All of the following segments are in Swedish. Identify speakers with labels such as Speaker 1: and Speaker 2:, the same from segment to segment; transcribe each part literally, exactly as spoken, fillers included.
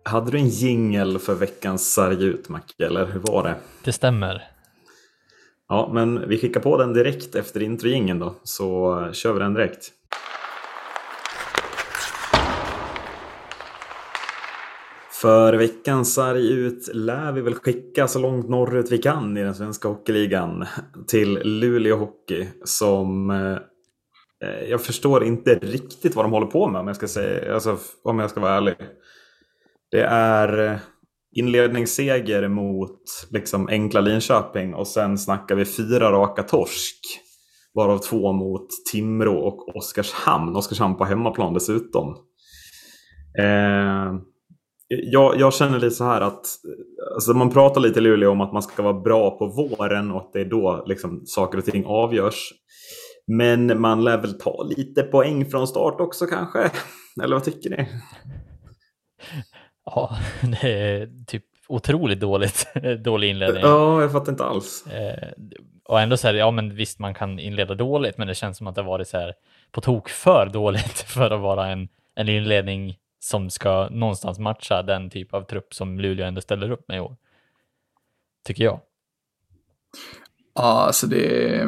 Speaker 1: Hade du en jingle för veckans sarg ut, Macke, eller hur var det?
Speaker 2: Det stämmer.
Speaker 1: Ja, men vi skickar på den direkt efter introjingeln då, så kör vi den direkt. För veckans sarg ut lär vi väl skicka så långt norrut vi kan i den svenska hockeyligan till Luleå Hockey, som eh, jag förstår inte riktigt vad de håller på med, om jag ska säga, alltså, om jag ska vara ärlig. Det är inledningsseger mot liksom enkla Linköping, och sen snackar vi fyra raka torsk, varav två mot Timrå och Oskarshamn. Oskarshamn på hemmaplan dessutom. Eh, jag, jag känner lite så här att alltså man pratar lite i Luleå om att man ska vara bra på våren och att det är då liksom saker och ting avgörs. Men man lär väl ta lite poäng från start också kanske? Eller vad tycker ni?
Speaker 2: Ja, det är typ otroligt dåligt. Dålig inledning.
Speaker 1: Ja, jag fattar inte alls.
Speaker 2: Eh, och ändå så här, ja men visst man kan inleda dåligt, men det känns som att det har varit så här på tok för dåligt för att vara en, en inledning som ska någonstans matcha den typ av trupp som Luleå ändå ställer upp med i år. Tycker jag.
Speaker 3: Ja, alltså det,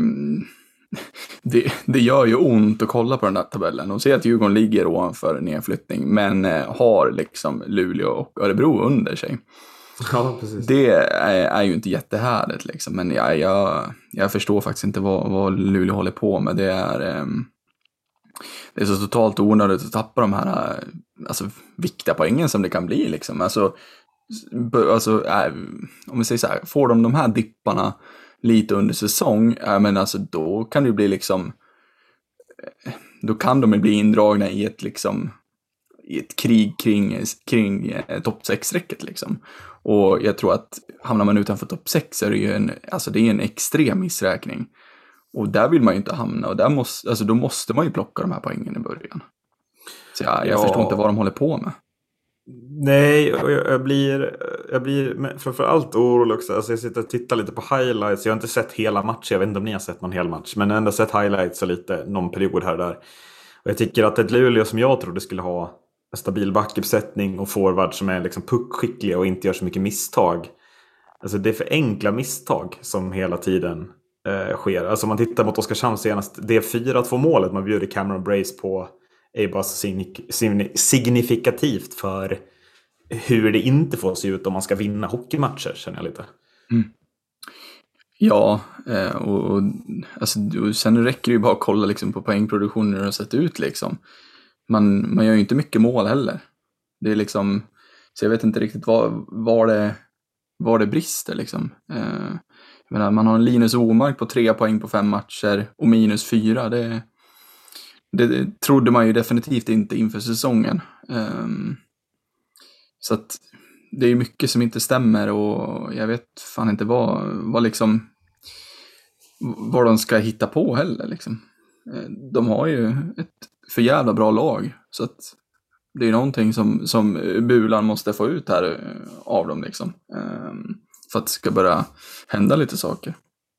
Speaker 3: det, det gör ju ont att kolla på den där tabellen och se att Djurgården ligger ovanför nedflyttning, men har liksom Luleå och Örebro under sig.
Speaker 1: Ja, precis.
Speaker 3: Det är, är ju inte jättehärligt liksom, men jag, jag, jag förstår faktiskt inte vad, vad Luleå håller på med. Det är, um, det är så totalt onödigt att tappa de här alltså, viktiga poängen som det kan bli liksom. Alltså, alltså äh, om vi säger så här, får de de här dipparna lite under säsong, äh, men alltså då kan det bli liksom, då kan de bli indragna i ett liksom i ett krig kring, kring eh, topp sex-räcket liksom. Och jag tror att hamnar man utanför topp sex är det ju en, alltså det är en extrem missräkning. Och där vill man ju inte hamna, och där måste, alltså då måste man ju plocka de här poängen i början. Så jag, jag ja. förstår inte vad de håller på med.
Speaker 1: Nej, jag, jag blir jag blir framförallt orolig också. Alltså jag sitter och tittar lite på highlights. Jag har inte sett hela matchen, jag vet inte om ni har sett någon hel match, men jag har ändå sett highlights och lite någon period här och där. Och jag tycker att ett Luleå som jag trodde skulle ha en stabil backuppsättning och forward som är liksom puckskickliga och inte gör så mycket misstag. Alltså det är för enkla misstag som hela tiden eh, sker. Alltså om man tittar mot Oskarshamn senast, det är fyra två målet man bjuder Cameron Brace på är bara så signifikativt för hur det inte får se ut om man ska vinna hockeymatcher, känner jag lite.
Speaker 3: Mm. Ja, och, och, alltså, och sen räcker det ju bara att kolla liksom, på poängproduktionen hur det har sett ut liksom. Man, man gör ju inte mycket mål heller. Det är liksom, så jag vet inte riktigt var, var, det, var det brister liksom. Eh, jag menar, man har en Linus Omark på tre poäng på fem matcher och minus fyra. Det, det, det trodde man ju definitivt inte inför säsongen. Eh, så att det är mycket som inte stämmer, och jag vet fan inte vad, vad liksom vad de ska hitta på heller liksom. Eh, de har ju ett för jävla bra lag, så att det är någonting som, som Bulan måste få ut här av dem liksom, för att det ska börja hända lite saker.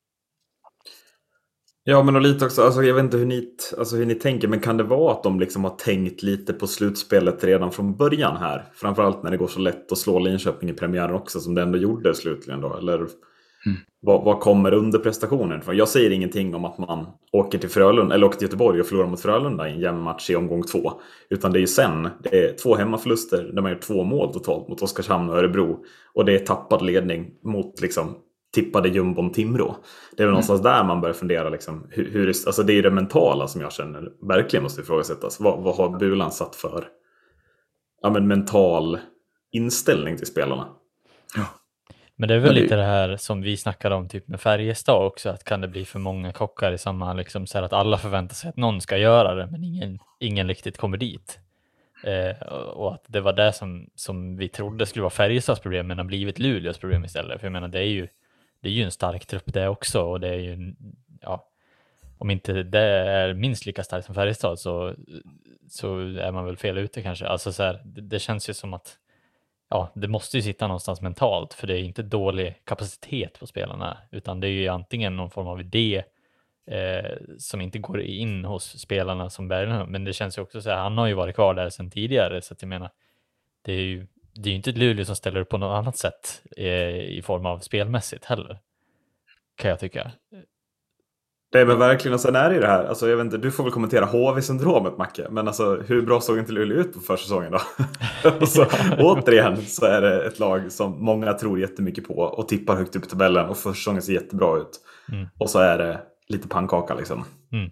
Speaker 1: Ja, men och lite också, alltså jag vet inte hur ni, alltså hur ni tänker, men kan det vara att de liksom har tänkt lite på slutspelet redan från början här? Framförallt när det går så lätt att slå Linköping i premiären också, som det ändå gjorde slutligen då, eller mm. vad, vad kommer under prestationen? För jag säger ingenting om att man åker till Frölunda eller åker till Göteborg och förlorar mot Frölunda i en jämn match i omgång två, utan det är ju sen, det är två hemmaförluster där man gör två mål totalt mot Oskarshamn och Örebro, och det är tappad ledning mot liksom tippade jumbon Timrå. Det är väl mm. någonstans där man börjar fundera liksom, hur, hur det, alltså det är det mentala som jag känner verkligen måste ifrågasättas. Vad, vad har Bulan satt för ja, men mental inställning till spelarna?
Speaker 3: Ja.
Speaker 2: Men det är väl lite det här som vi snackade om typ med Färjestad också, att kan det bli för många kockar i samma liksom, så här att alla förväntar sig att någon ska göra det, men ingen, ingen riktigt kommer dit. Eh, och att det var det som, som vi trodde skulle vara Färjestads problem, men har blivit Luleås problem istället. För jag menar, det är ju det är ju en stark trupp det också, och det är ju, ja, om inte det är minst lika starkt som Färjestad, så, så är man väl fel ute kanske. Alltså så här, det, det känns ju som att ja, det måste ju sitta någonstans mentalt, för det är inte dålig kapacitet på spelarna, utan det är ju antingen någon form av idé eh, som inte går in hos spelarna som Berglund, men det känns ju också så här, han har ju varit kvar där sedan tidigare, så att jag menar, det är ju det är ju inte Luleå som ställer upp på något annat sätt eh, i form av spelmässigt heller, kan jag tycka.
Speaker 1: Det är väl verkligen, och sen är det ju det här, alltså jag vet inte, du får väl kommentera H V-syndromet, Macke, men alltså hur bra såg inte Luleå ut på försäsongen då? Och så återigen så är det ett lag som många tror jättemycket på och tippar högt upp i tabellen, och försäsongen ser jättebra ut. Mm. Och så är det lite pannkaka liksom. Mm.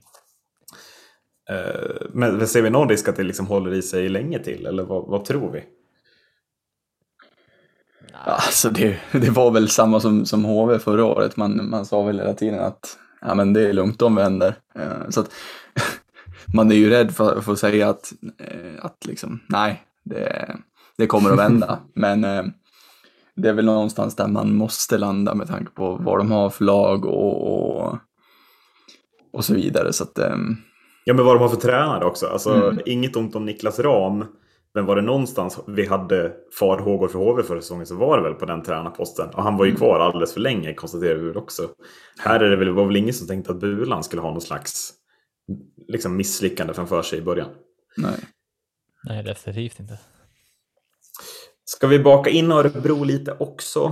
Speaker 1: Uh, men ser vi någon risk att det liksom håller i sig länge till, eller vad, vad tror vi?
Speaker 3: Alltså det, det var väl samma som, som H V förra året, man, man sa väl hela tiden att ja, men det är lugnt, de vänder. Uh, så att man är ju rädd för, för att säga att, uh, att liksom, nej, det, det kommer att vända. Men uh, det är väl någonstans där man måste landa med tanke på vad de har för lag och, och, och så vidare. Så att, um...
Speaker 1: Ja, men vad de har för tränare också. Alltså, mm. Inget ont om Niklas Ram, men var det någonstans vi hade farhågor för H V förra säsongen, så var det väl på den tränarposten. Och han var ju kvar alldeles för länge, konstaterar vi väl också. Här är det väl, var väl ingen som tänkte att Bulan skulle ha någon slags liksom misslyckande framför sig i början.
Speaker 3: Nej.
Speaker 2: Nej, definitivt inte.
Speaker 1: Ska vi baka in Örebro lite också?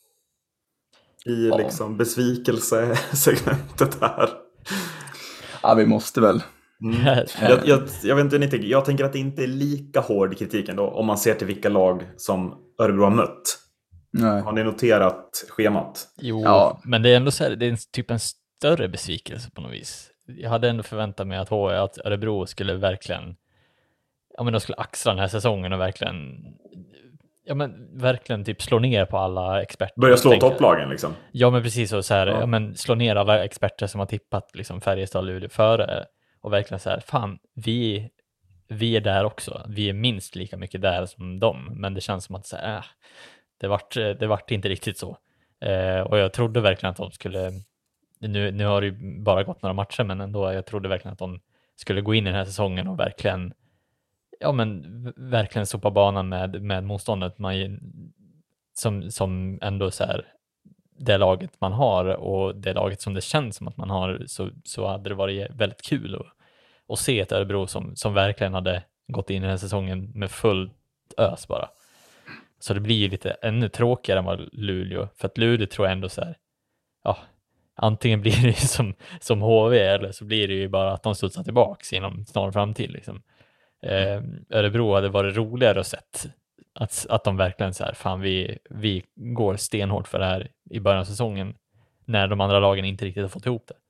Speaker 1: I
Speaker 3: ja.
Speaker 1: liksom besvikelsesegmentet här.
Speaker 3: Ja, vi måste väl.
Speaker 1: Mm. Jag, jag, jag vet inte hur ni tänker. Jag tänker att det inte är lika hård kritik ändå, om man ser till vilka lag som Örebro har mött.
Speaker 3: Nej.
Speaker 1: Har ni noterat schemat?
Speaker 2: Jo, ja. Men det är ändå så här, det är en, typ en större besvikelse på något vis. Jag hade ändå förväntat mig att, H, att Örebro skulle verkligen, ja men de skulle axla den här säsongen och verkligen, ja men verkligen typ slå ner på alla experter.
Speaker 1: Börja slå topplagen liksom.
Speaker 2: Ja men precis, och så här,
Speaker 1: ja.
Speaker 2: Ja, men slå ner alla experter som har tippat liksom Färjestad, Luleå före. Och verkligen så här, fan, vi, vi är där också. Vi är minst lika mycket där som dem. Men det känns som att så här, äh, det, vart, det vart inte riktigt så. Eh, och jag trodde verkligen att de skulle, nu, nu har det ju bara gått några matcher, men ändå, jag trodde verkligen att de skulle gå in i den här säsongen och verkligen, ja men verkligen sopa banan med, med motståndet. Man, som, som ändå så här, det laget man har och det laget som det känns som att man har, så, så hade det varit väldigt kul att, att se ett Örebro som, som verkligen hade gått in i den här säsongen med full ös bara. Så det blir ju lite ännu tråkigare än vad Luleå, för att Luleå tror jag ändå så här, ja, antingen blir det ju som, som H V, eller så blir det ju bara att de studsar tillbaka inom snar framtid liksom. Eh, Örebro hade varit roligare att sett Att, att de verkligen så här, fan vi, vi går stenhårt för det här i början av säsongen, när de andra lagen inte riktigt har fått ihop det.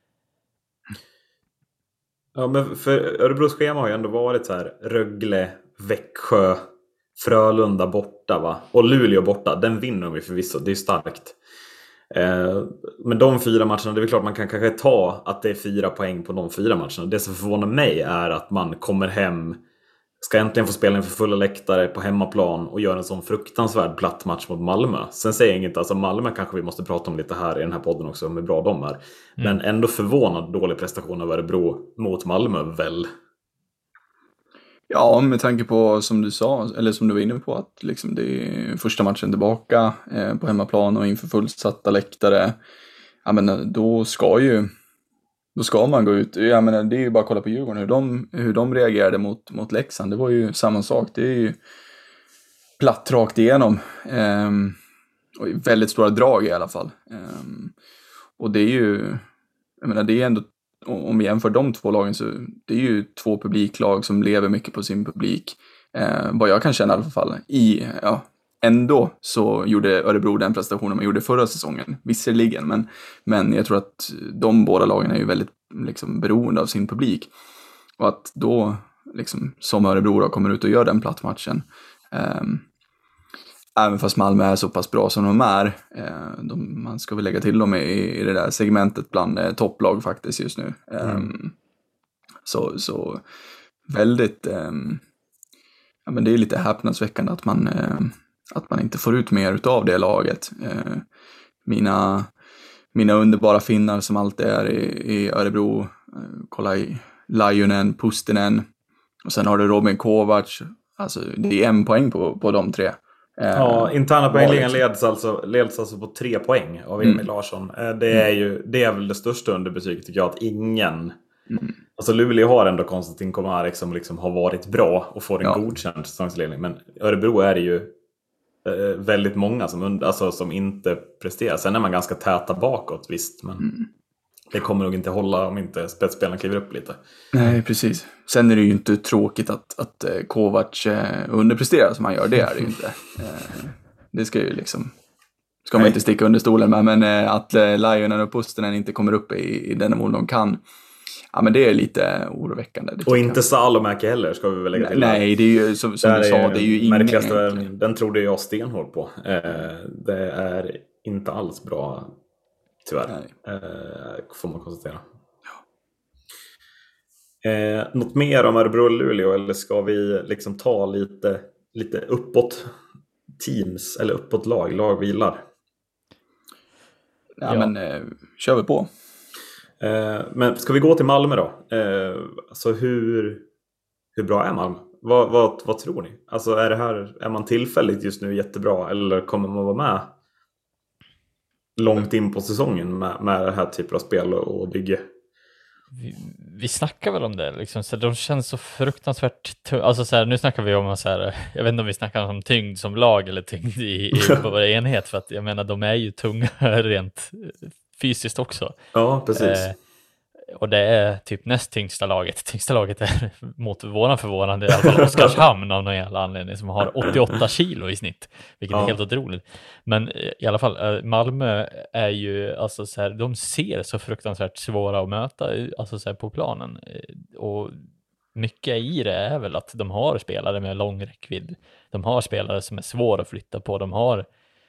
Speaker 1: Ja, men för Örebros schema har ju ändå varit så här: Rögle, Växjö, Frölunda borta, va? Och Luleå borta. Den vinner vi förvisso, det är starkt. Eh, men de fyra matcherna, det är klart man kan kanske ta att det är fyra poäng på de fyra matcherna. Det som förvånar mig är att man kommer hem, ska äntligen få spela inför fulla läktare på hemmaplan och göra en sån fruktansvärd platt match mot Malmö. Sen säger jag inget, alltså Malmö kanske vi måste prata om lite här i den här podden också, om hur bra de är. Mm. Men ändå förvånad dålig prestation av Örebro mot Malmö väl?
Speaker 3: Ja, med tanke på som du sa, eller som du var inne på, att liksom det är första matchen tillbaka eh, på hemmaplan och inför fullsatta läktare. Ja, men då ska ju Då ska man gå ut. Jag menar, det är ju bara att kolla på Djurgården. Hur de, hur de reagerade mot, mot Leksand. Det var ju samma sak. Det är ju platt rakt igenom. Ehm, och väldigt stora drag i alla fall. Ehm, och det är ju, jag menar, det är ändå, om vi jämför de två lagen, så det är ju två publiklag som lever mycket på sin publik. Ehm, vad jag kan känna i alla fall. I, ja, ändå så gjorde Örebro den prestationen man gjorde förra säsongen, visserligen, men, men jag tror att de båda lagen är ju väldigt liksom beroende av sin publik, och att då liksom, som Örebro då kommer ut och gör den plattmatchen, eh, även fast Malmö är så pass bra som de är, eh, de, man ska väl lägga till dem i, i det där segmentet bland eh, topplag faktiskt just nu. Eh, mm. så, så väldigt eh, ja, men det är lite häpnadsväckande att man eh, att man inte får ut mer utav det laget. Eh, mina, mina underbara finnar som alltid är i, i Örebro. Eh, kolla i Lajunen, Pustinen. Och sen har du Robin Kovacs. Alltså det är en poäng på, på de tre.
Speaker 1: Eh, ja, interna poängligan leds alltså, leds alltså på tre poäng av Emil mm. Larsson. Eh, det är ju det är väl det största underbetyget tycker jag, att ingen
Speaker 3: Mm.
Speaker 1: Alltså Luleå har ändå Konstantin Komarek som liksom har varit bra och får en
Speaker 3: Ja.
Speaker 1: godkänd säsongsledning. Men Örebro är det ju eh, väldigt många som, und- alltså, som inte presterar. Sen är man ganska täta bakåt, visst. Men
Speaker 3: Mm.
Speaker 1: det kommer nog inte hålla om inte spetsspelarna kliver upp lite.
Speaker 3: Nej, precis. Sen är det ju inte tråkigt att, att eh, Kovac eh, underpresterar som han gör. Det är det ju inte. Eh, det ska ju liksom... Ska man
Speaker 1: Nej.
Speaker 3: inte sticka under stolen med, men eh, att eh, Lionen och Pusternen inte kommer upp i, i den mån de kan. Ja, men det är lite oroväckande. Det
Speaker 1: Och
Speaker 3: tycker
Speaker 1: inte
Speaker 3: jag.
Speaker 1: Salomäki heller, ska vi väl lägga till.
Speaker 3: Nej, det är ju som, som du sa, det är ju ingen
Speaker 1: märkligaste,
Speaker 3: egentligen.
Speaker 1: den trodde jag stenhårt på. Eh, det är inte alls bra, tyvärr.
Speaker 3: Nej.
Speaker 1: Eh, får man konstatera. Eh, något mer om Örebro och Luleå, eller ska vi liksom ta lite, lite uppåt teams eller uppåt lag, lagvilar?
Speaker 3: Ja,
Speaker 2: Ja.
Speaker 3: men eh, kör vi på.
Speaker 1: Eh, men ska vi gå till Malmö då? Eh, alltså hur, hur bra är Malmö? Vad, vad, vad tror ni? Alltså är det här, är man tillfälligt just nu jättebra, eller kommer man vara med långt in på säsongen med, med det här typen av spel och bygge?
Speaker 2: Vi, vi snackar väl om det liksom, så de känns så fruktansvärt tu- alltså så här, nu snackar vi om så här, jag vet inte om vi snackar om tyngd som lag eller tyngd i, i vår enhet, för att jag menar de är ju tunga rent fysiskt också.
Speaker 1: Ja, precis.
Speaker 2: Eh, och det är typ näst tyngsta laget. Tyngsta laget är mot våran förvånande i alla fall Oskarshamn av någon jävla anledning, som har åttioåtta kilo i snitt, vilket
Speaker 1: Ja.
Speaker 2: är helt otroligt. Men i alla fall, Malmö är ju, alltså så här, de ser så fruktansvärt svåra att möta, alltså så här, på planen. Och mycket i det är väl att de har spelare med lång räckvidd. De har spelare som är svåra att flytta på. De har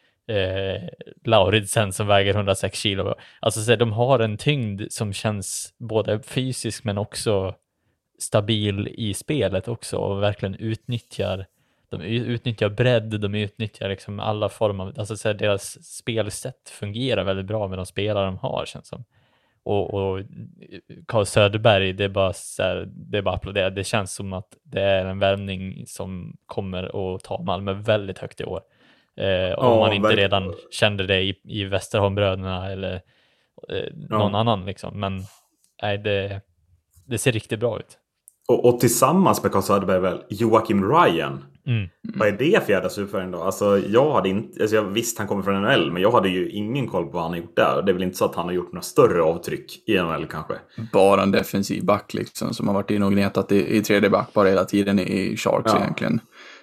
Speaker 2: Eh, Lauridsen som väger hundrasex kilo. Alltså så här, de har en tyngd som känns både fysisk men också stabil i spelet också, och verkligen utnyttjar de utnyttjar bredd, de utnyttjar liksom alla former av, alltså så här, deras spelsätt fungerar väldigt bra med de spelare de har, känns som. Och, och Carl Söderberg, det är bara så här, det är bara applådera. Det känns som att det är en värvning som kommer att ta Malmö väldigt högt i år. Eh, om
Speaker 1: Ja,
Speaker 2: man inte
Speaker 1: verkligen.
Speaker 2: redan kände det i, i Västerholmbröderna eller eh, någon
Speaker 1: Ja.
Speaker 2: annan liksom. Men nej, det, det ser riktigt bra ut.
Speaker 1: Och, och tillsammans med Carl Söderberg väl Joakim Ryan.
Speaker 2: Mm.
Speaker 1: Vad är det för jävla superfärg då? Alltså jag hade inte, alltså jag visst han kommer från N H L, men jag hade ju ingen koll på vad han har gjort där. Det är väl inte så att han har gjort några större avtryck i N H L kanske.
Speaker 3: Bara en defensiv back liksom, som har varit in och gnetat i, i tredje back bara hela tiden i Sharks
Speaker 1: Ja.
Speaker 3: egentligen.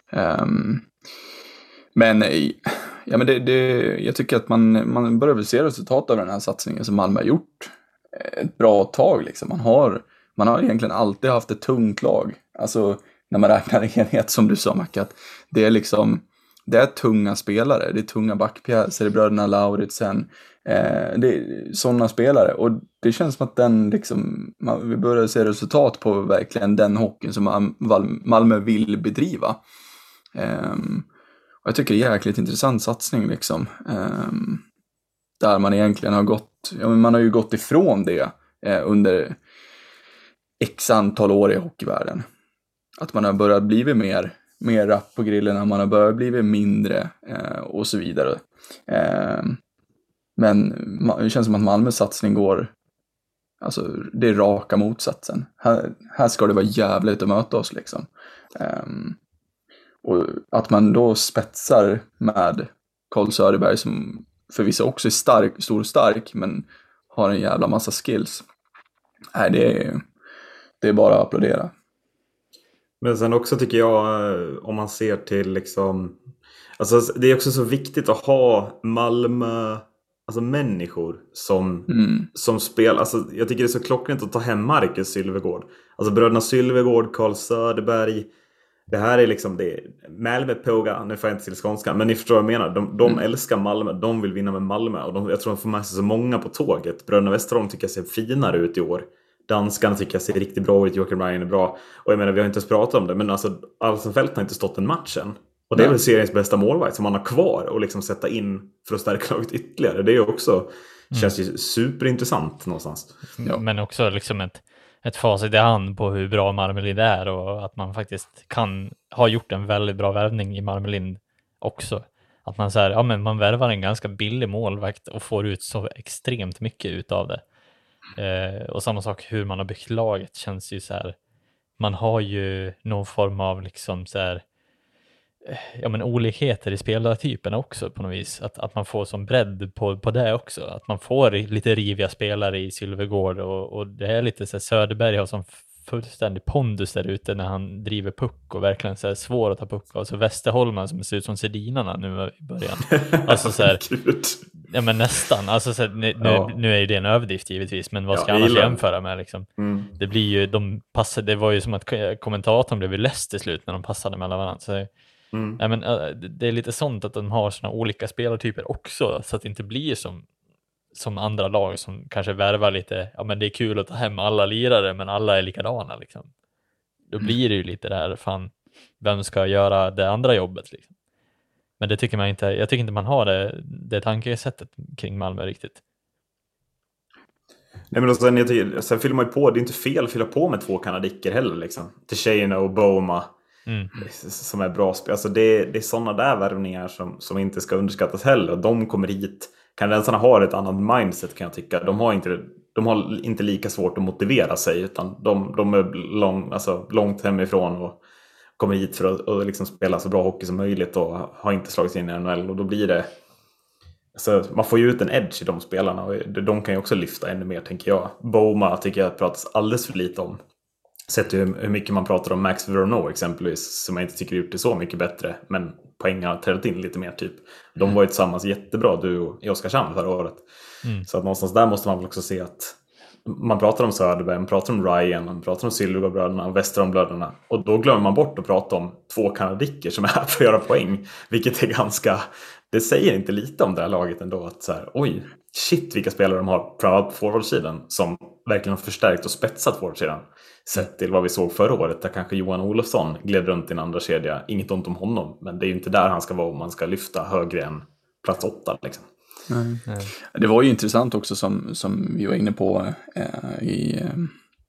Speaker 3: Um, men ja, men det, det, jag tycker att man, man börjar väl se resultat av den här satsningen som Malmö har gjort ett bra tag. Liksom. Man, har, man har egentligen alltid haft ett tungt lag. Alltså när man räknar enhet som du sa, Macka, att det är liksom, det är tunga spelare, det är tunga backpjäser, det är bröderna Lauritsen, eh, det är sådana spelare, och det känns som att den liksom, man, vi börjar se resultat på verkligen den hockeyn som Malmö vill bedriva. Um, och jag tycker det är jäkligt intressant satsning liksom, um, där man egentligen har gått, ja, men man har ju gått ifrån det eh, under x antal år i hockeyvärlden. Att man har börjat bli mer, mer rapp på grillerna, man har börjat bli mindre eh, och så vidare. Eh, men det känns som att Malmös satsning går, alltså det är raka motsatsen. Här, här ska det vara jävligt att möta oss liksom. Eh, och att man då spetsar med Carl Söderberg, som förvisso också är stark, stor och stark, men har en jävla massa skills. Nej, det är, det är bara att applådera.
Speaker 1: Men sen också tycker jag, om man ser till liksom, alltså det är också så viktigt att ha Malmö, alltså människor som,
Speaker 3: Mm.
Speaker 1: som spelar. Alltså jag tycker det är så klockrent att ta hem Marcus Sylvegård. Alltså bröderna Sylvegård, Carl Söderberg. Det här är liksom det. Malmö Påga, nu får jag inte till skånska, men ni förstår vad jag menar. De, de mm. älskar Malmö, de vill vinna med Malmö. Och de, jag tror de får med sig så många på tåget. Bröderna Westerholm tycker jag ser finare ut i år. Danskarna tycker jag ser riktigt bra ut. Joakim Ryan är bra. Och jag menar, vi har inte ens pratat om det, men alltså Alsenfelt har inte stått en matchen. Och det är väl seriens bästa målvakt som man har kvar och liksom sätta in för att stärka laget ytterligare. Det är ju också, mm. känns ju superintressant någonstans.
Speaker 2: Ja. Men också liksom ett, ett facit i hand på hur bra Marmelind är, och att man faktiskt kan ha gjort en väldigt bra värvning i Marmelind också. Att man så här, ja men man värvar en ganska billig målvakt och får ut så extremt mycket utav det. Eh, och samma sak hur man har byggt laget känns ju så här. Man har ju någon form av liksom så här, ja, men olikheter i spelartyperna också på något vis. Att, att man får som bredd på, på det också. Att man får lite riviga spelare i Sylvegård och, och det är lite så här, Söderberg har som fullständig pondus där ute när han driver puck och verkligen så här svår att ta puck. Och så Västerholmen som ser ut som Sedinarna nu i början. Alltså så här, ja men nästan. Alltså så här, nu, ja. nu är ju det en överdrift givetvis, men vad ska ja, annars jämföra med liksom? Mm. Det blir ju, de passade, det var ju som att kommentatorn blev läst till slut när de passade mellan varandra. Så mm. ja, men, det är lite sånt att de har såna olika spelartyper också, så att det inte blir som som andra lag som kanske värvar lite, ja men det är kul att ta hem alla lirare men alla är likadana liksom. Då blir det ju lite där, fan, vem ska göra det andra jobbet liksom. Men det tycker man inte, jag tycker inte man har det, det tankesättet kring Malmö riktigt.
Speaker 1: Nej, men sen, jag tycker, sen fyller man ju på, det är inte fel att fylla på med två kanadicker heller liksom. Teixeira och Boma mm. som är bra spel. Alltså det, det är sådana där värvningar som, som inte ska underskattas heller. Och de kommer hit, kanadensarna har ett annat mindset kan jag tycka. De har inte, de har inte lika svårt att motivera sig, utan de, de är lång, alltså långt hemifrån och kommer hit för att och liksom spela så bra hockey som möjligt och har inte slagit in i N H L. Och då blir det, alltså, man får ju ut en edge i de spelarna och de kan ju också lyfta ännu mer, tänker jag. Boma tycker jag pratas alldeles för lite om. Sett hur mycket man pratar om Max Veronneau exempelvis, som jag inte tycker gjort det så mycket bättre, men poäng har trädat in lite mer typ. De mm. var ju tillsammans jättebra duo i Oskarshamn förra året. Mm. Så att någonstans där måste man väl också se att man pratar om Söderberg, man pratar om Ryan, man pratar om Sylvegårdsbröderna och Westerholmbröderna, och då glömmer man bort att prata om två kanadicker som är här för att göra poäng, vilket är ganska, det säger inte lite om det här laget ändå, att så här, oj, shit vilka spelare de har framförallt på forwardsidan som verkligen har förstärkt och spetsat forwardsidan sett till vad vi såg förra året, där kanske Johan Olofsson gled runt i en andra kedja. Inget ont om honom, men det är ju inte där han ska vara om man ska lyfta högre än plats åtta liksom.
Speaker 3: Nej. Nej. Det var ju intressant också som, som vi var inne på eh, i, eh,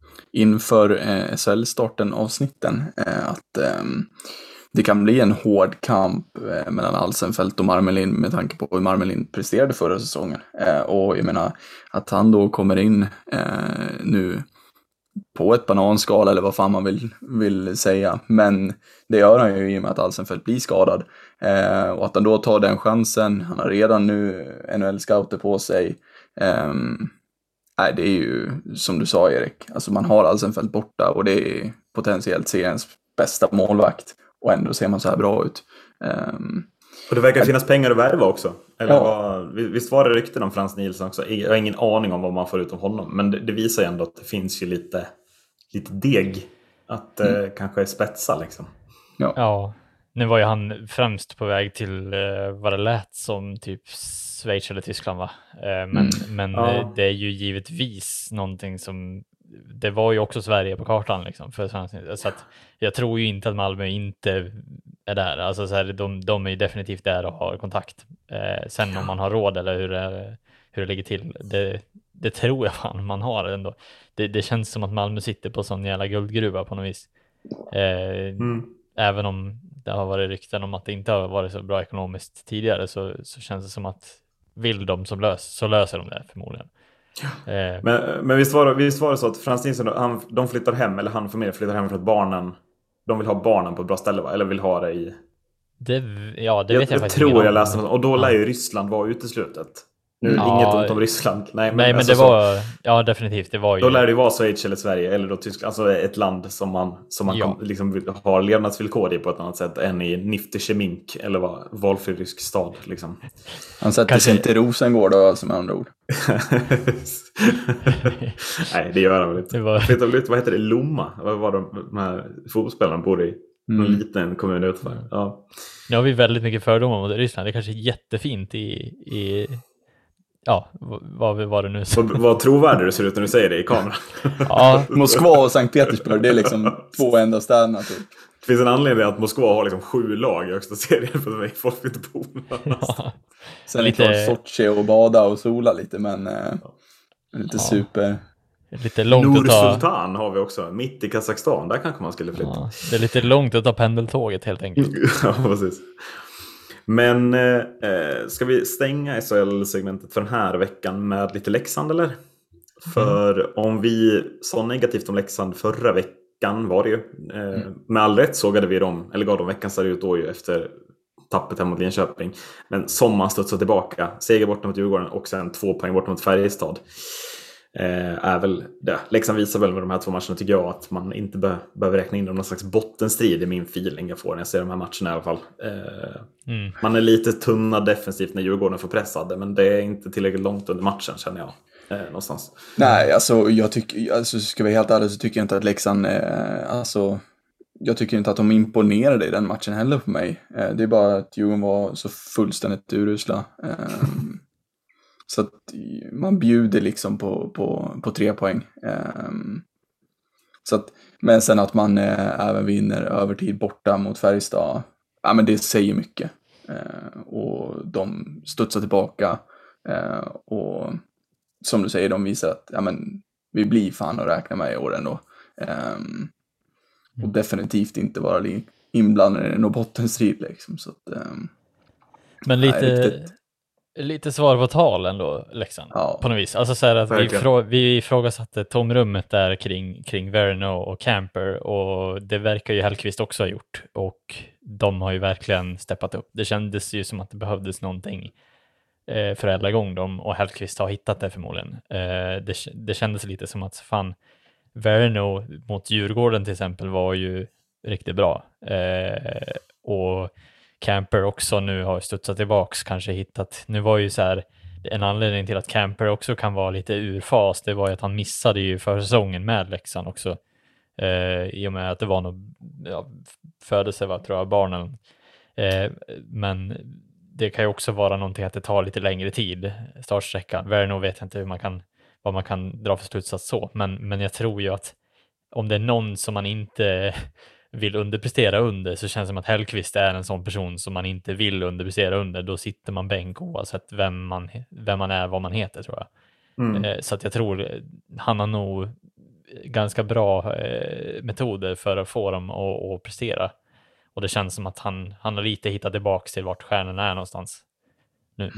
Speaker 3: inför eh, S L starten avsnitten eh, att eh, det kan bli en hård kamp eh, mellan Alsenfelt och Marmelin med tanke på hur Marmelin presterade förra säsongen. Eh, och jag menar att han då kommer in eh, nu på ett bananskal eller vad fan man vill, vill säga. Men det gör han ju i och med att Alsenfelt blir skadad. Eh, och att han då tar den chansen. Han har redan nu N H L-scouter på sig. Eh, nej, det är ju som du sa, Erik. Alltså man har Alsenfelt borta och det är potentiellt seriens bästa målvakt. Och ändå ser man så här bra ut. Eh,
Speaker 1: och det verkar finnas pengar att värva också. Eller ja. vad, visst var det rykten om Frans Nielsen också? Jag har ingen aning om vad man får ut av honom. Men det, det visar ju ändå att det finns ju lite, lite deg att mm. eh, kanske spetsa liksom.
Speaker 2: Ja. ja, nu var ju han främst på väg till eh, vad det lät som typ Schweiz eller Tyskland va? Eh, men mm. men ja. eh, det är ju givetvis någonting som, det var ju också Sverige på kartan liksom, för så att jag tror ju inte att Malmö inte är där. Alltså så här, de, de är ju definitivt där och har kontakt. Eh, sen om man har råd eller hur det, hur det ligger till, det, det tror jag fan man har ändå. Det, det känns som att Malmö sitter på sån jävla guldgruva på något vis. Eh, mm. Även om det har varit rykten om att det inte har varit så bra ekonomiskt tidigare, så, så känns det som att vill de som lös, så löser de det förmodligen.
Speaker 1: Eh. Men, men visst, var det, visst var det så att Frans Nielsen, han, de flyttar hem, eller han familjen flyttar hem för att barnen, de vill ha barnen på ett bra ställe va? Eller vill ha det i...
Speaker 2: Det, ja, det
Speaker 1: jag,
Speaker 2: vet jag,
Speaker 1: jag
Speaker 2: faktiskt
Speaker 1: tror jag läste något, och då lär ju Ryssland vara uteslutet. Nu ja, inget ont om Ryssland. Nej, men,
Speaker 2: nej, men
Speaker 1: alltså,
Speaker 2: det var så, ja definitivt det var ju.
Speaker 1: Då lär det ju vara Schweiz eller Sverige eller då Tyskland, alltså ett land som man som man ja. kan, liksom har levnadsvillkor i på ett annat sätt än i Nifteschemink eller vad valfri rysk stad liksom. Han
Speaker 3: sätter sig inte i Rosengård då, alltså med andra ord.
Speaker 1: Nej, det gör han väl inte. Det var... Vet du, vad heter det? Lomma. Vad var de, de här fotbollsspelarna bor i? Mm. En liten kommun utanför. Ja.
Speaker 2: Nu har vi väldigt mycket fördomar mot Ryssland. Det är kanske jättefint i, i ja, vad var det nu?
Speaker 1: Vad, vad trovärdig det ser ut när du säger det i kameran.
Speaker 3: Ja, Moskva och Sankt Petersburg, det är liksom två enda städerna typ.
Speaker 1: Det finns en anledning att Moskva har liksom sju lag i högsta serien för att folk inte bor. Ja.
Speaker 3: Sen lite... är det klart Sochi och bada och sola lite, men eh, lite ja. super...
Speaker 2: Lite långt
Speaker 1: Nor
Speaker 2: att ta...
Speaker 1: Sultan har vi också, mitt i Kazakstan, där kanske man skulle flytta. Ja,
Speaker 2: det är lite långt att ta pendeltåget helt enkelt.
Speaker 1: Ja, precis. Men eh, ska vi stänga S H L-segmentet för den här veckan med lite Leksand eller? För om vi sa negativt om Leksand förra veckan var det ju. Eh, mm. Med all rätt sågade vi dem, eller gav dem veckans ser ut då ju efter tappet hem mot Linköping. Men som man studsar tillbaka, seger borta mot Djurgården och sen två poäng borta mot Färjestad. Eh, är väl det. Leksand visar väl med de här två matcherna tycker jag att man inte be- behöver räkna in dem någon slags bottenstrid i min feeling jag får när jag ser de här matcherna i alla fall. Eh, mm. Man är lite tunna defensivt när Djurgården får pressade, men det är inte tillräckligt långt under matchen känner jag. Eh, någonstans.
Speaker 3: Nej, alltså jag tycker, alltså, ska vi helt ärligt så tycker jag inte att Leksand, eh, alltså jag tycker inte att de imponerade i den matchen heller för mig. Eh, det är bara att Djurgården var så fullständigt urusla. Eh, så att man bjuder liksom på, på, på tre poäng. Eh, så att, men sen att man eh, även vinner övertid borta mot Färjestad, ja men det säger mycket. Eh, och de studsar tillbaka eh, och som du säger, de visar att ja, men, vi blir fan att räkna med i år ändå. Um, och definitivt inte vara inblandade i någon bottenstrid. Liksom, så att, um,
Speaker 2: men lite, nej, lite svar på tal ändå, Leksand, ja. På något vis. Alltså så här att vi, frå- vi ifrågasatte tomrummet där kring, kring Verno och Camper, och det verkar ju Hellqvist också ha gjort. Och de har ju verkligen steppat upp. Det kändes ju som att det behövdes någonting förädla igång dem, och Hellqvist har hittat det förmodligen. Eh, det, det kändes lite som att fan, Verno mot Djurgården till exempel var ju riktigt bra. Eh, och Camper också nu har studsat tillbaks, kanske hittat, nu var ju så här, en anledning till att Camper också kan vara lite ur fas, det var ju att han missade ju försäsongen med Leksand också. Eh, I och med att det var nog ja, födelse var tror jag barnen. Eh, men det kan ju också vara någonting att det tar lite längre tid, startsträckan. Verno vet jag inte hur man kan, vad man kan dra för slutsats så, men, men jag tror ju att om det är någon som man inte vill underprestera under, så känns det som att Hellqvist är en sån person som man inte vill underprestera under. Då sitter man bänk oavsett vem man, vem man är, vad man heter, tror jag. Mm. Så att jag tror han har nog ganska bra metoder för att få dem att, att prestera. Och det känns som att han, han har lite hittat tillbaka till vart stjärnorna är någonstans nu.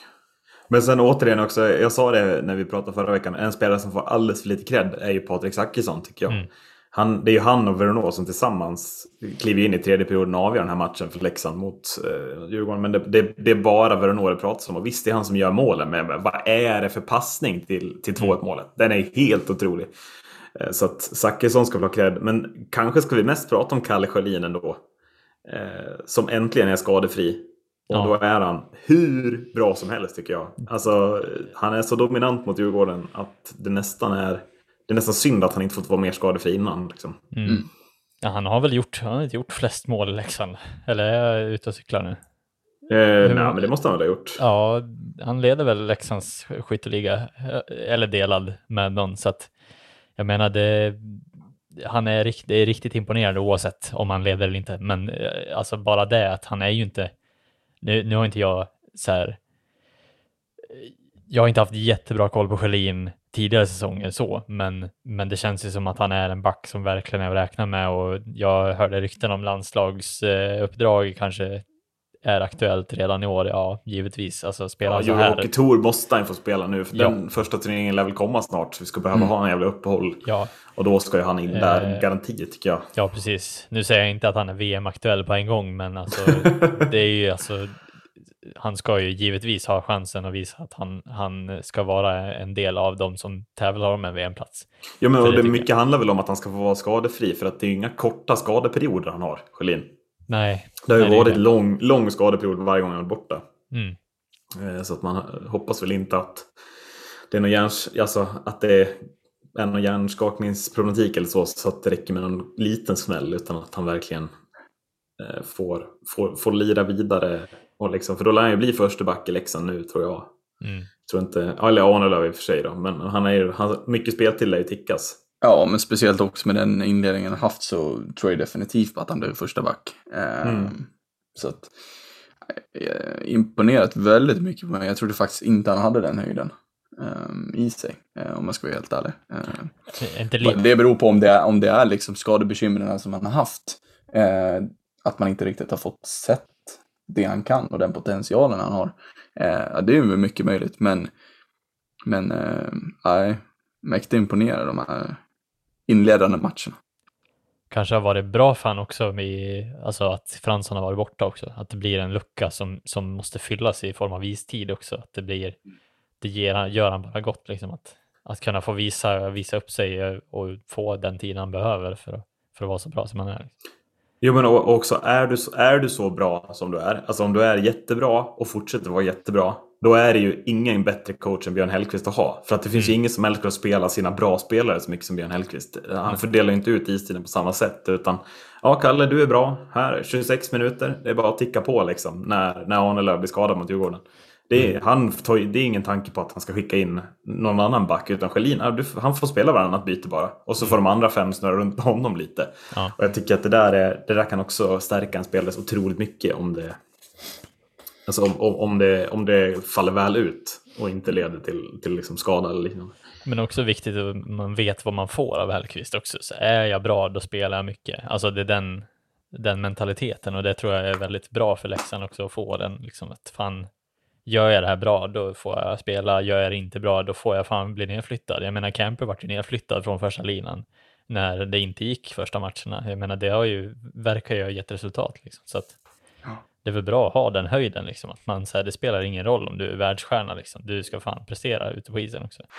Speaker 1: Men sen återigen också, jag sa det när vi pratade förra veckan, en spelare som får alldeles för lite cred är ju Patrik Zackrisson tycker jag. Mm. Han, det är ju han och Verno som tillsammans kliver in i tredje perioden och avgör den här matchen för Leksand mot eh, Djurgården. Men det, det, det är bara Verno det pratas om, och visst är han som gör målen, men vad är det för passning till, till två ett målet? Den är helt otrolig. Eh, så att Zackrisson ska få ha cred, men kanske ska vi mest prata om Kalle Sjölin ändå. Eh, som äntligen är skadefri. Och ja. Då är han hur bra som helst tycker jag. Alltså, han är så dominant mot Djurgården att det nästan är det är nästan synd att han inte fått vara mer skadefri innan. Liksom.
Speaker 2: Mm. Ja, han har väl gjort, han har inte gjort flest mål i Leksand. Eller är jag ute och cyklar nu?
Speaker 1: Eh, nej, men det måste han väl ha gjort.
Speaker 2: Ja, han leder väl Leksands skytteliga. Eller delad med någon. Så att, jag menar, det, han är, rikt, det är riktigt imponerande oavsett om han leder eller inte. Men alltså bara det att han är ju inte... Nu, nu har inte jag så här... Jag har inte haft jättebra koll på Sjölin tidigare säsonger så, men, men det känns ju som att han är en back som verkligen är att räkna med, och jag hörde rykten om landslagsuppdrag kanske är aktuellt redan i år, ja givetvis. Alltså spela ja, så här.
Speaker 1: Hockey Tour måste han få spela nu, för ja. Den första turneringen lär väl komma snart, så vi ska behöva mm. ha en jävla uppehåll. Ja. Och då ska ju han in där, eh, garanti tycker jag.
Speaker 2: Ja, precis. Nu säger jag inte att han är V M-aktuell på en gång, men alltså det är ju alltså han ska ju givetvis ha chansen att visa att han, han ska vara en del av dem som tävlar om en V M-plats.
Speaker 1: Ja, men och det, det mycket handlar väl om att han ska få vara skadefri, för att det är inga korta skadeperioder han har, Sjölin.
Speaker 2: Nej.
Speaker 1: Det har ju
Speaker 2: nej,
Speaker 1: varit en lång, lång skadeperiod varje gång han är borta.
Speaker 2: Mm.
Speaker 1: Så att man hoppas väl inte att det är någon hjärns, alltså att det är en hjärnskakningsproblematik eller så, så att det räcker med någon liten smäll, utan att han verkligen får, får, får lira vidare. Och liksom, för då lär han ju bli första back i Leksand nu, tror jag.
Speaker 2: Mm.
Speaker 1: Tror inte, eller Arnelöv i och för sig då, men han är ju, han, mycket spel till dig tickas.
Speaker 3: Ja, men speciellt också med den inledningen han haft, så tror jag definitivt på att han blir första back. Mm. Um, så att eh, imponerat väldigt mycket på mig. Jag trodde faktiskt inte han hade den höjden um, i sig, uh, om man ska vara helt ärlig. Uh, det beror på om det är, om det är liksom skadebekymren som han har haft. Uh, att man inte riktigt har fått sett det han kan och den potentialen han har. Uh, det är ju mycket möjligt, men men uh, nej. mäktigt imponerad de här inledande matcherna.
Speaker 2: Kanske har varit bra för han också med, alltså att Fransson har varit borta också. Att det blir en lucka som, som måste fyllas i form av istid också. Att det blir, det ger, gör han bara gott liksom. Att, att kunna få visa, visa upp sig och få den tiden han behöver för att, för att vara så bra som han är.
Speaker 1: Jo, men också är du, är du så bra som du är, alltså om du är jättebra och fortsätter vara jättebra, då är det ju ingen bättre coach än Björn Hellkvist att ha. För att det finns mm. ju ingen som älskar att spela sina bra spelare så mycket som Björn Hellkvist. Han mm. fördelar inte ut istiden på samma sätt, utan ja, Kalle, du är bra. Här, tjugosex minuter, det är bara att ticka på liksom, när, när Arnelöv blir skadad mot Djurgården. Det är, mm. han tar, det är ingen tanke på att han ska skicka in någon annan back, utan Schelin, han får spela varannat byte bara. Och så får de andra fem snurra runt honom lite. Ja. Och jag tycker att det där, är, det där kan också stärka en spelare så otroligt mycket om det, alltså om, om, det, om det faller väl ut och inte leder till, till liksom skada eller liknande.
Speaker 2: Men också viktigt att man vet vad man får av Hellkvist också. Så är jag bra, då spelar jag mycket. Alltså det är den, den mentaliteten, och det tror jag är väldigt bra för Leksand också att få den. Liksom att fan, gör jag det här bra, då får jag spela. Gör jag det inte bra, då får jag fan bli nedflyttad. Jag menar, Camper vart ju nedflyttad från första linan när det inte gick första matcherna. Jag menar, det har ju, verkar ju ha gett resultat liksom. Så att det är väl bra att ha den höjden liksom. Att man säger, det spelar ingen roll om du är världsstjärna liksom. Du ska fan prestera ute på isen också.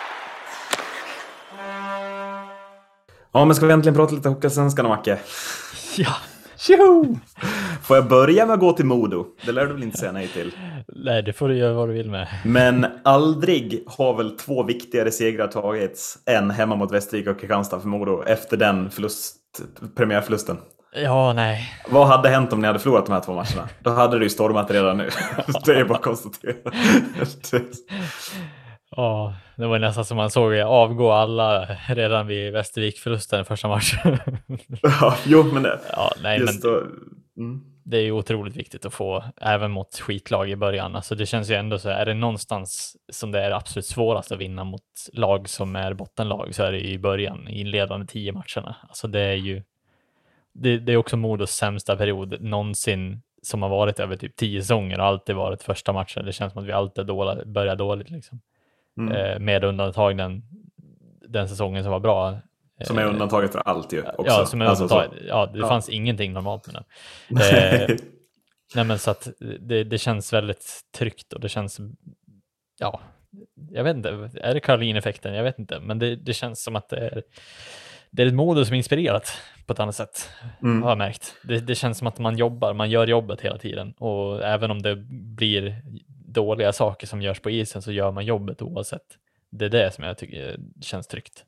Speaker 1: Ja, men ska vi äntligen prata lite Hockeyallsvenskan, Macke?
Speaker 2: Ja.
Speaker 1: Tjoho! Får jag börja med att gå till Modo? Det lär du väl inte säga nej till?
Speaker 2: Nej, det får du göra vad du vill med.
Speaker 1: Men aldrig har väl två viktigare segrar tagits än hemma mot Västervik och Kristianstad för Modo efter den förlust, premiärförlusten.
Speaker 2: Ja, nej.
Speaker 1: Vad hade hänt om ni hade förlorat de här två matcherna? Då hade du ju stormat redan nu. Det är bara att konstatera.
Speaker 2: Ja, det var nästan som man såg avgå alla redan vid Västervik-förlusten första matchen.
Speaker 1: Ja, jo, men det,
Speaker 2: ja, nej, men
Speaker 1: då, mm.
Speaker 2: det är ju otroligt viktigt att få, även mot skitlag i början. Alltså det känns ju ändå så, är det någonstans som det är absolut svårast att vinna mot lag som är bottenlag, så är det i början, i inledande tio matcherna. Alltså det är ju, det, det är också Modos sämsta period någonsin som har varit över typ tio säsonger och alltid varit första matchen. Det känns som att vi alltid dåligt, börjar dåligt liksom. Mm. Eh, med undantag den, den säsongen som var bra.
Speaker 1: Som är undantaget för allt ju också.
Speaker 2: Ja, som är alltså, undantaget. Ja, det ja. fanns ingenting normalt med den. Eh, nej, men så att det, det känns väldigt tryggt och det känns, ja, jag vet inte, är det Caroline-effekten? Jag vet inte, men det, det känns som att det är, det är ett Modo som är inspirerat på ett annat sätt, mm. har jag märkt. Det, det känns som att man jobbar, man gör jobbet hela tiden, och även om det blir dåliga saker som görs på isen så gör man jobbet oavsett. Det är det som jag tycker känns tryggt.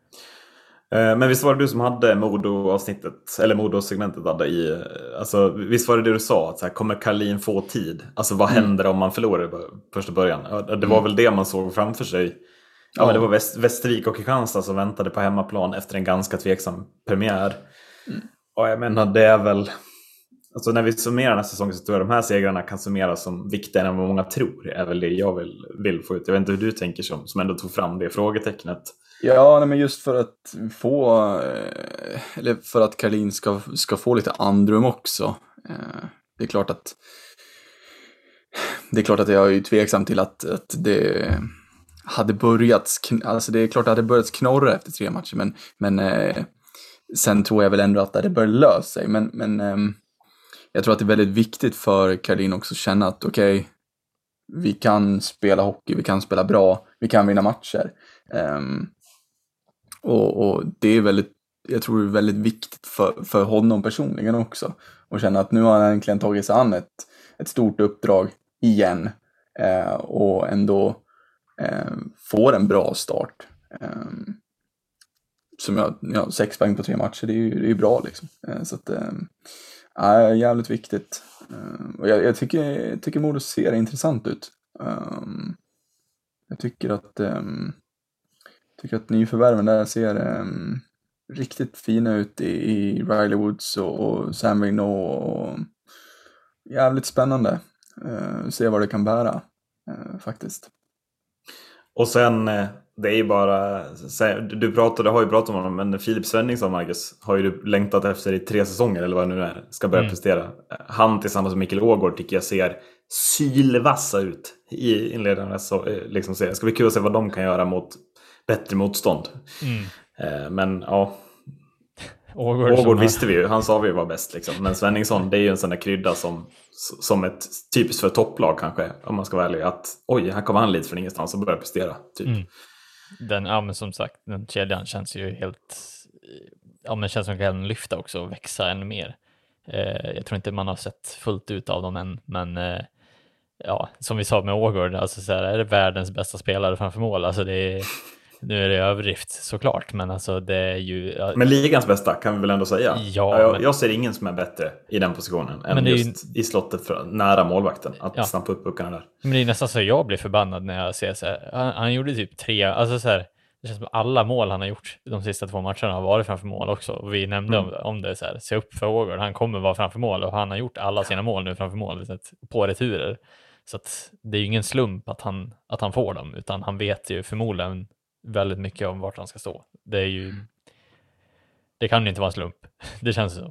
Speaker 1: Men visst var det du som hade Modo-avsnittet, eller Modo-segmentet hade i, alltså visst var det det du sa, att så här, kommer Karlin få tid? Alltså vad mm. händer om man förlorar i första början? Det var mm. väl det man såg framför sig. Ja, ja. Men det var Väst, Västervik och Kristianstad som väntade på hemmaplan efter en ganska tveksam premiär. Mm. Och jag menar, det är väl, alltså när vi summerar den här säsongen så tror jag de här segrarna kan summeras som viktigare än vad många tror. Är väl det jag vill, vill få ut. Jag vet inte hur du tänker som, som ändå tog fram det frågetecknet.
Speaker 3: Ja, nej, men just för att få, eller för att Karlin ska, ska få lite andrum också. Det är klart att det är klart att jag är tveksam till att, att det hade börjat, alltså det är klart att det hade börjat knorra efter tre matcher, men, men sen tror jag väl ändå att det hade börjat lösa sig. Men, men jag tror att det är väldigt viktigt för Karlin också att känna att okej, okay, vi kan spela hockey, vi kan spela bra, vi kan vinna matcher. Um, och, och det är väldigt, jag tror det är väldigt viktigt för, för honom personligen också. Och känna att nu har han egentligen tagit sig an ett, ett stort uppdrag igen. Uh, och ändå uh, får en bra start. Um, som jag, ja, sex poäng på tre matcher, det är ju, det är ju bra liksom. Uh, så att, um, ja, jävligt viktigt. Uh, och jag, jag tycker, tycker Modo ser intressant ut. Um, jag tycker att um, tycker att nyförvärven där ser um, riktigt fina ut i, i Riley Woods och, och Sam Vigneault, och jävligt spännande. Uh, se vad det kan bära uh, faktiskt.
Speaker 1: Och sen det är ju bara, du pratade, har ju pratat om honom, men Filip Svenningsson, Marcus, har ju du längtat efter i tre säsonger eller vad det nu är, ska börja mm. prestera. Han tillsammans med Mikael Ågård tycker jag ser sylvassa ut i inledningen. Så, liksom, se. Ska bli kul att se vad de kan göra mot bättre motstånd.
Speaker 2: Mm.
Speaker 1: Eh, men ja,
Speaker 2: Ågård,
Speaker 1: Ågård visste vi ju, han sa vi var bäst liksom. Men Svenningsson, det är ju en sån där krydda som, som ett typiskt för topplag kanske, om man ska vara ärlig, att oj, här kommer han lite från ingenstans och börjar prestera typ.
Speaker 2: Mm. Den, ja men som sagt, den kedjan känns ju helt, ja men känns som att den kan lyfta också och växa ännu mer. Eh, jag tror inte man har sett fullt ut av dem än, men eh, ja, som vi sa med Ågård, alltså så här, är det världens bästa spelare framför mål, alltså det är, nu är det överdrift såklart, men alltså det är ju... Ja,
Speaker 1: men ligans bästa kan vi väl ändå säga.
Speaker 2: Ja,
Speaker 1: jag,
Speaker 2: men,
Speaker 1: jag ser ingen som är bättre i den positionen än just ju, i slottet för, nära målvakten, att ja, snappa upp puckarna där.
Speaker 2: Men det är nästan så jag blir förbannad när jag ser så här, han, han gjorde typ tre, alltså så här, det känns som alla mål han har gjort de sista två matcherna har varit framför mål också, och vi nämnde mm. om, om det så här, se upp för Ågård, han kommer vara framför mål och han har gjort alla sina mål nu framför mål så att, på returer, så att det är ju ingen slump att han, att han får dem, utan han vet ju förmodligen väldigt mycket om vart han ska stå. Det är ju, det kan ju inte vara en slump. Det känns så.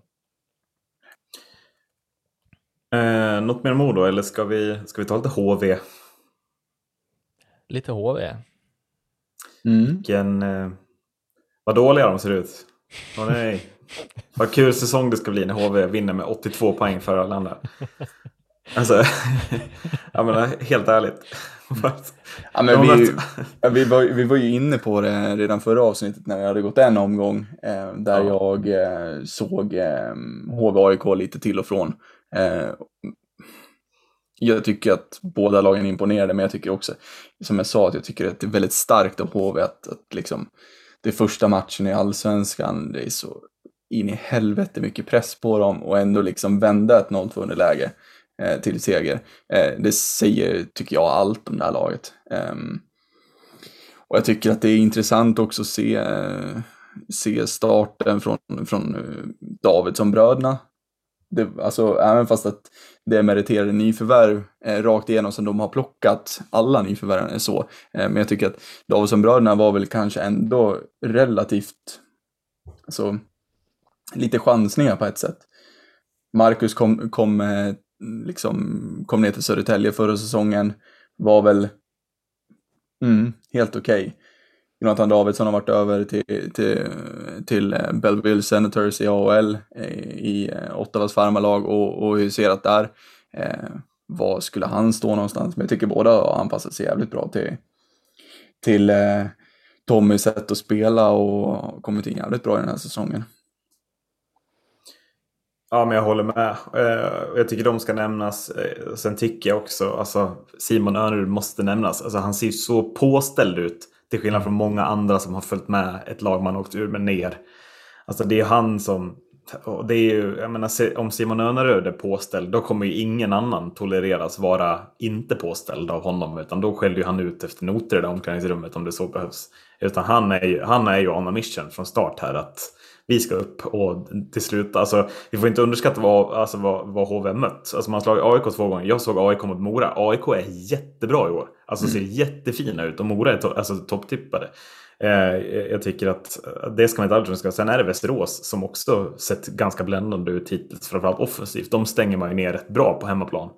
Speaker 1: Eh, något mer mål då, eller ska vi, ska vi ta lite H V?
Speaker 2: Lite H V.
Speaker 1: Mm. Vilken, eh, vad dåliga de ser ut. Åh nej. Vad kul säsong det ska bli när H V vinner med åttiotvå poäng för alla andra. Alltså, jag menar, helt ärligt.
Speaker 3: Ja, men vi, vi, var, vi var ju inne på det redan förra avsnittet när vi hade gått en omgång eh, där ja. jag eh, såg eh, H V A I K lite till och från. Eh, jag tycker att båda lagen imponerade, men jag tycker också, som jag sa, att jag tycker att det är väldigt starkt av H V att, att liksom, det är första matchen i Allsvenskan, det är så in i helvete mycket press på dem och ändå liksom vända ett noll två underläge eh, till seger. Eh, det säger, tycker jag, allt om det här laget. Eh, och jag tycker att det är intressant också att se, eh, se starten från, från Davidsson-bröderna. Det, alltså, även fast att det är meriterade nyförvärv eh, rakt igenom som de har plockat alla nyförvärven är så. Eh, men jag tycker att Davidsson-bröderna var väl kanske ändå relativt, alltså, lite chansningar på ett sätt. Marcus kom, kom, eh, liksom, kom ner till Södertälje förra säsongen, var väl mm, helt okej. Okay. Jonathan Davidsson har varit över till, till, till Belleville Senators i A H L i Ottawas farmarlag och, och hur ser att där eh, vad skulle han stå någonstans, men jag tycker båda har anpassat sig jävligt bra till, till eh, Tommys sätt att spela och kommit in jävligt bra i den här säsongen.
Speaker 1: Ja, men jag håller med. Jag tycker de ska nämnas. Sen tycker jag också, alltså Simon Önerud måste nämnas. Alltså han ser så påställd ut, till skillnad från många andra som har följt med ett lag man åkt ur med ner. Alltså det är han som, och det är ju, jag menar, om Simon Önerud är påställd, då kommer ju ingen annan tolereras vara inte påställd av honom, utan då skäller ju han ut efter noter i det omklädningsrummet om det så behövs. Utan han är ju, han är ju on a mission från start här, att vi ska upp och till slut, alltså vi får inte underskatta vad, alltså, vad, vad H V mött. Alltså man har slagit A I K två gånger. Jag såg A I K mot Mora. A I K är jättebra i år. Alltså mm. ser jättefina ut och Mora är to- alltså, topptippade. Eh, jag tycker att det ska man inte aldrig underskatta. Sen är det Västerås som också sett ganska bländande ut hittills, framförallt offensivt. De stänger man ju ner rätt bra på hemmaplan.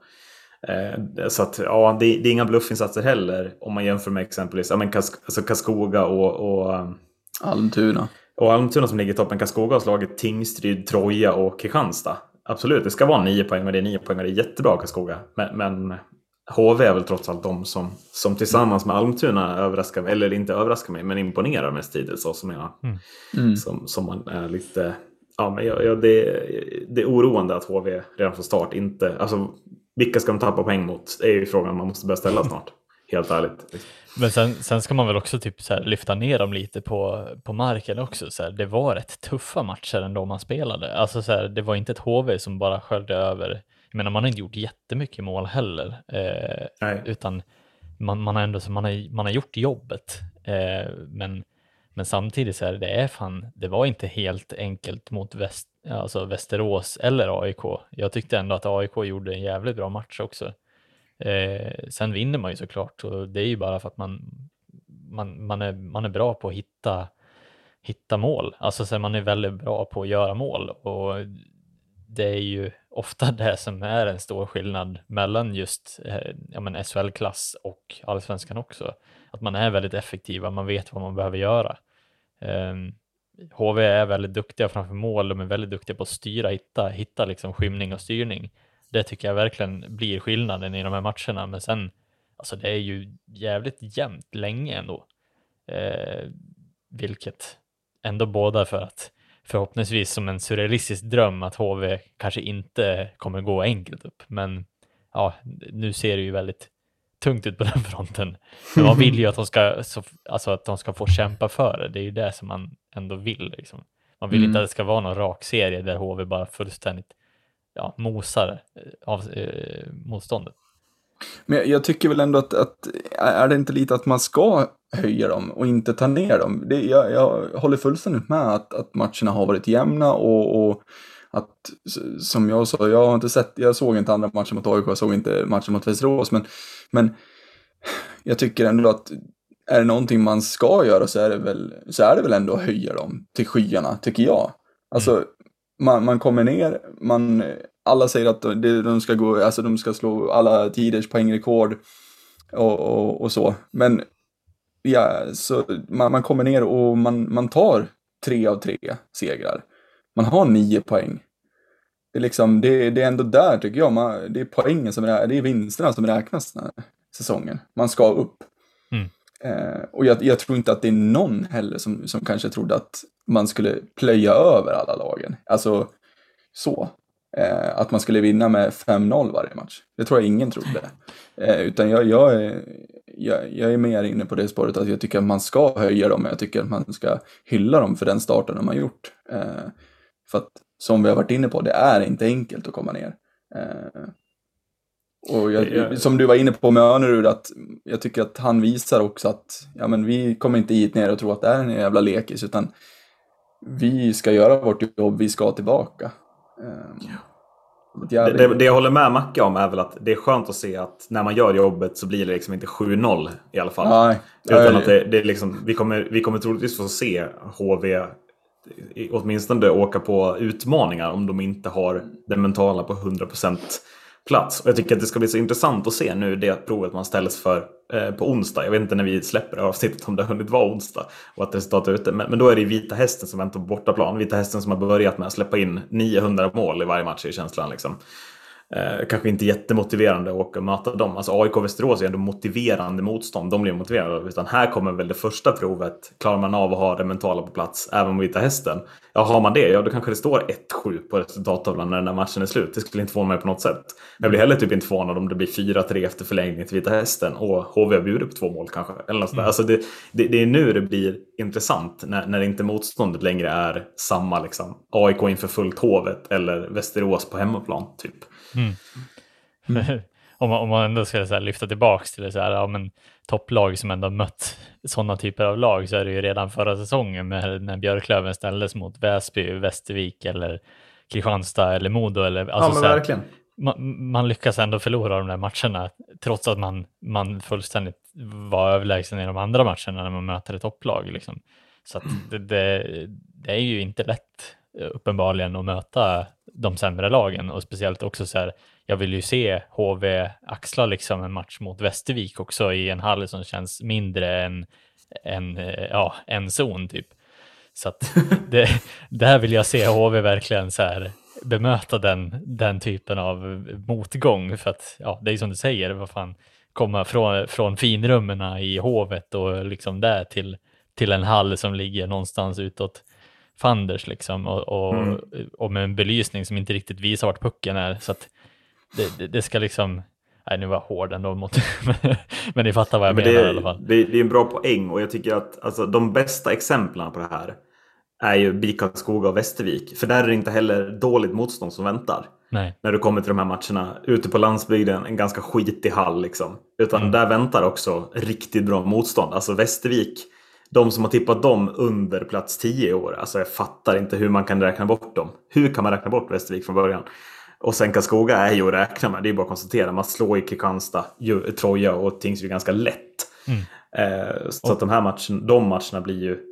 Speaker 1: Eh, så att ja, det, det är inga bluffinsatser heller om man jämför med exempelvis ja, men Kas- alltså Karlskoga och, och
Speaker 3: Almtuna.
Speaker 1: Och Almtuna som ligger i toppen. Karlskoga har slagit Tingsryd, Troja och Kristianstad. Absolut, det ska vara nio poäng, men det är nio poäng och det är jättebra Karlskoga. Men, men H V är väl trots allt de som, som tillsammans med Almtuna överraskar mig, eller inte överraskar mig, men imponerar mest tidigt, så som jag. Mm. Mm. Som, som man är lite, ja men ja, ja, det, det är oroande att H V redan från start inte, alltså vilka ska de tappa poäng mot? Det är ju frågan man måste börja ställa snart. Helt ärligt.
Speaker 2: Men sen, sen ska man väl också typ så här lyfta ner dem lite på, på marken också. Så här, det var rätt tuffa matcher ändå man spelade. Alltså så här, det var inte ett H V som bara sköljde över. Jag menar, man har inte gjort jättemycket mål heller. Eh, utan man, man har ändå så man har, man har gjort jobbet. Eh, men, men samtidigt så här, det är fan, det var inte helt enkelt mot väst, alltså Västerås eller A I K. Jag tyckte ändå att A I K gjorde en jävligt bra match också. Eh, sen vinner man ju såklart, och det är ju bara för att man, man, man, är, man är bra på att hitta, hitta mål. Alltså så man är väldigt bra på att göra mål, och det är ju ofta det som är en stor skillnad mellan just eh, ja, men S H L-klass och allsvenskan också. Att man är väldigt effektiva, man vet vad man behöver göra. Eh, H V är väldigt duktiga framför mål, de är väldigt duktiga på att styra, hitta, hitta liksom skymning och styrning. Det tycker jag verkligen blir skillnaden i de här matcherna, men sen, alltså det är ju jävligt jämnt länge ändå. Eh, vilket ändå båda för att förhoppningsvis som en surrealistisk dröm att H V kanske inte kommer gå enkelt upp. Men ja, nu ser det ju väldigt tungt ut på den fronten. Men man vill ju att de ska, så, alltså att de ska få kämpa för det. Det är ju det som man ändå vill. Liksom. Man vill mm. inte att det ska vara någon rak serie där H V bara fullständigt ja, mosar av eh, motståndet.
Speaker 3: Men jag, jag tycker väl ändå att, att är det inte lite att man ska höja dem och inte ta ner dem? Det, jag, jag håller fullständigt med att, att matcherna har varit jämna och, och att, som jag sa, jag har inte sett, jag såg inte andra matcher mot A I K, jag såg inte matchen mot Västerås, men, men jag tycker ändå att är det någonting man ska göra så är det väl, så är det väl ändå att höja dem till skyarna, tycker jag. Alltså, mm. man, man kommer ner, man... Alla säger att de ska gå, alltså de ska slå alla tiders poängrekord och, och, och så. Men ja, så man, man kommer ner och man, man tar tre av tre segrar. Man har nio poäng. Det är, liksom, det, det är ändå där tycker jag. Man, det är poängen som är, det är vinsterna som räknas den här säsongen. Man ska upp. Mm. Eh, och jag, jag tror inte att det är någon heller som, som kanske trodde att man skulle plöja över alla lagen. Alltså så. Eh, att man skulle vinna med fem noll varje match. Det tror jag ingen trodde. Eh, utan jag, jag, är, jag, jag är mer inne på det spåret att jag tycker att man ska höja dem. Jag tycker att man ska hylla dem för den starten de har gjort. Eh, för att som vi har varit inne på, det är inte enkelt att komma ner. Eh, och jag, som du var inne på med Önerud, att jag tycker att han visar också att ja, men vi kommer inte hit ner och tro att det är en jävla lekis, utan vi ska göra vårt jobb, vi ska tillbaka. Um,
Speaker 1: det, det, det jag håller med Macke om är väl att det är skönt att se att när man gör jobbet så blir det liksom inte sju noll i alla fall. Nej, utan att det, det är liksom, vi kommer, vi kommer troligtvis få se H V åtminstone åka på utmaningar om de inte har den mentala på hundra procent plats. Och jag tycker att det ska bli så intressant att se nu det provet man ställs för eh, på onsdag. Jag vet inte när vi släpper avsnittet om det har hunnit vara onsdag och att resultatet är ute. Men, men då är det Vita Hästen som väntar på bortaplan. Vita Hästen som har börjat med att släppa in niohundra mål i varje match i känslan liksom. Eh, kanske inte jättemotiverande att åka och möta dem. Alltså A I K Västerås är ändå motiverande motstånd. De blir motiverade. Utan här kommer väl det första provet. Klarar man av att ha det mentala på plats även med Vita Hästen? Ja, har man det, ja då kanske det står ett sju på resultattavlan när den där matchen är slut. Det skulle inte få mig på något sätt. Men jag blir heller typ inte förvånad om det blir fyra tre efter förlängning till Vita Hästen. Och H V bjuder upp två mål kanske. Eller något mm. Alltså det, det, det är nu det blir intressant. När, när inte motståndet längre är samma liksom. A I K inför fullt Hovet eller Västerås på hemmaplan typ.
Speaker 2: Mm. Mm. om, man, om man ändå ska så här, lyfta tillbaks till det så här, ja, men topplag som ändå mött sådana typer av lag, så är det ju redan förra säsongen med, när Björklöven ställdes mot Väsby, Västervik eller Kristianstad eller Modo. Eller, alltså,
Speaker 1: ja, men
Speaker 2: så här,
Speaker 1: verkligen.
Speaker 2: Man, man lyckas ändå förlora de där matcherna trots att man, man fullständigt var överlägsen i de andra matcherna när man möter ett topplag. Liksom. Så att det, det, det är ju inte lätt uppenbarligen att möta de sämre lagen, och speciellt också så här, jag vill ju se H V axla liksom en match mot Västervik också i en hall som känns mindre än en, ja, en zon typ. Så att det, där vill jag se H V verkligen så här bemöta den, den typen av motgång, för att ja, det är som du säger, vad fan, komma från, från finrummen i Hovet och liksom där till, till en hall som ligger någonstans utåt Fanders liksom, och, och, mm. och med en belysning som inte riktigt visar vart pucken är, så att det, det, det ska liksom, nej nu var jag hård ändå mot, men ni fattar vad jag
Speaker 1: men
Speaker 2: menar
Speaker 1: det,
Speaker 2: i alla fall.
Speaker 1: Det, det är en bra poäng, och jag tycker att alltså, de bästa exemplen på det här är ju B I K Karlskoga och Västervik, för där är det inte heller dåligt motstånd som väntar.
Speaker 2: Nej.
Speaker 1: När du kommer till de här matcherna ute på landsbygden, en ganska skitig hall liksom, utan mm. där väntar också riktigt bra motstånd. Alltså Västervik, de som har tippat dem under plats tio i år, alltså jag fattar inte hur man kan räkna bort dem. Hur kan man räkna bort Västervik från början? Och sen Karlskoga är ju att räkna med, det är bara att konstatera. Man slår i Kristianstad, Troja och Tingsryd ganska lätt. Mm. Eh, så
Speaker 2: och.
Speaker 1: att de här matcherna, de matcherna blir ju,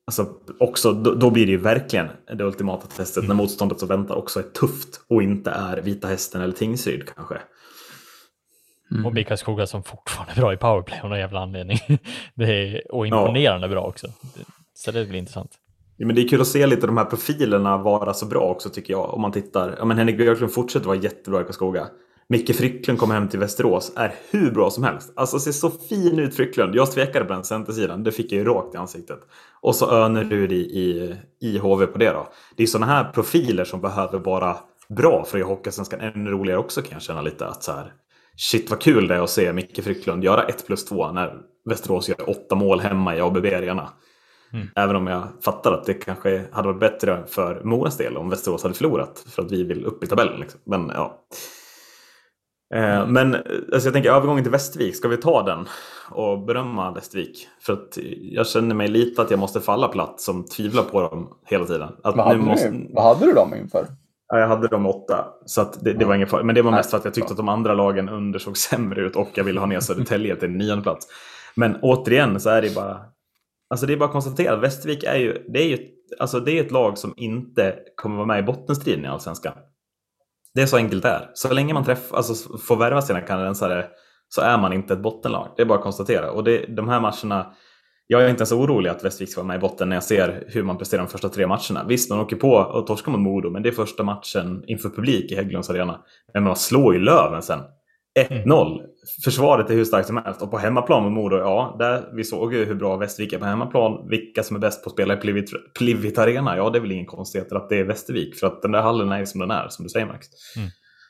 Speaker 1: alltså också, då, då blir det ju verkligen det ultimata testet mm. när motståndet som väntar också är tufft och inte är Vita Hästen eller Tingsryd kanske.
Speaker 2: Mm. Och Mikael Skoga som fortfarande är bra i powerplay av någon jävla anledning. Det är, och imponerande ja. bra också. Så det blir intressant.
Speaker 1: Ja, men det är kul att se lite de här profilerna vara så bra också tycker jag. Om man tittar, ja men Henrik Björklund fortsätter vara jättebra i Karlskoga. Micke Frycklund kommer hem till Västerås, är hur bra som helst. Alltså ser så fin ut Frycklund. Jag tvekade på den centersidan, det fick jag ju rakt i ansiktet. Och så Önerud i, i, i H V på det då. Det är sådana här profiler som behöver vara bra för att göra Hockeysvenskan ännu roligare också, kan jag känna lite att så här. Shit vad kul det är att se Micke Frycklund göra ett plus två när Västerås gör åtta mål hemma i A B B-arena. Mm. Även om jag fattar att det kanske hade varit bättre för Moras del om Västerås hade förlorat för att vi vill upp i tabellen. Liksom. Men ja. Eh, men alltså jag tänker övergången till Västervik, ska vi ta den och berömma Västervik? För att jag känner mig lite att jag måste falla platt som tvivlar på dem hela tiden. Att
Speaker 3: vad, hade
Speaker 1: nu måste...
Speaker 3: du, vad hade du dem inför?
Speaker 1: Ja, jag hade dem åtta. Så att det, det var ingen far. Men det var mest för att jag tyckte att de andra lagen undersåg sämre ut och jag ville ha ner Södertälje till nionde plats. Men återigen så är det bara, alltså det är bara att konstatera att Västervik är ju, det är ju alltså det är ett lag som inte kommer vara med i bottenstriden i Allsvenskan. Det är så enkelt där. Så länge man träffar, alltså får värva sina kanadensare så är man inte ett bottenlag. Det är bara att konstatera. Och det, de här matcherna, jag är inte ens orolig att Västervik ska vara med i botten när jag ser hur man presterar de första tre matcherna. Visst, man åker på och torskar mot Modo, men det är första matchen inför publik i Hägglunds arena. Men man slår ju Löven sen. ett noll. Försvaret är hur starkt som helst. Och på hemmaplan mot Modo, ja, där vi såg ju hur bra Västervik är på hemmaplan. Vilka som är bäst på att spela i Plivit, Plivit Arena, ja det är väl ingen konstighet att det är Västervik. För att den där hallen är som den är, som du säger Max.
Speaker 2: Mm.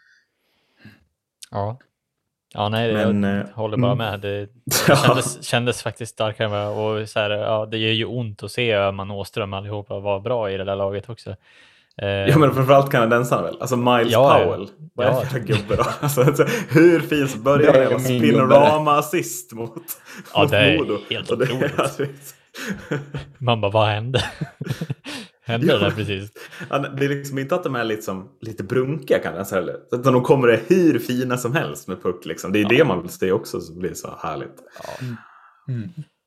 Speaker 2: Ja. Ja, nej,
Speaker 1: Men,
Speaker 2: jag håller bara med. Det, det kändes, kändes faktiskt starkare. Och så här, ja, det gör ju ont att se Öhman Åström allihopa vara bra i det där laget också.
Speaker 1: Ja, men framförallt kanadensarna väl. Alltså Miles ja, Powell. Vad är det för gubbe då? Alltså, alltså, hur finns börjar det med spinorama-assist mot,
Speaker 2: ja,
Speaker 1: mot
Speaker 2: det är
Speaker 1: Modo?
Speaker 2: helt otroligt. Man bara, vad hände? Hände ja, det där precis?
Speaker 1: Ja, det är liksom inte att de är liksom, lite brunkiga kanadensare. Utan de kommer det hur fina som helst med puck. Liksom. Det är ja. det man vill se också som blir så härligt. Ja. Mm.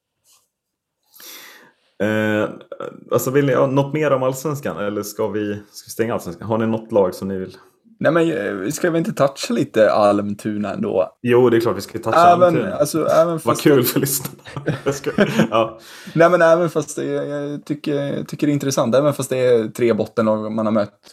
Speaker 1: Eh, alltså vill ni ha något mer om Allsvenskan eller ska vi, ska vi stänga Allsvenskan? Har ni något lag som ni vill?
Speaker 3: Nej men ska vi inte toucha lite Almtuna ändå?
Speaker 1: Jo, det är klart vi ska toucha
Speaker 3: även,
Speaker 1: Almtuna.
Speaker 3: Alltså, även
Speaker 1: vad kul det... för lyssnarna. Ja.
Speaker 3: Nej men även fast det, jag tycker, tycker det är intressant, även fast det är tre bottenlag man har mött.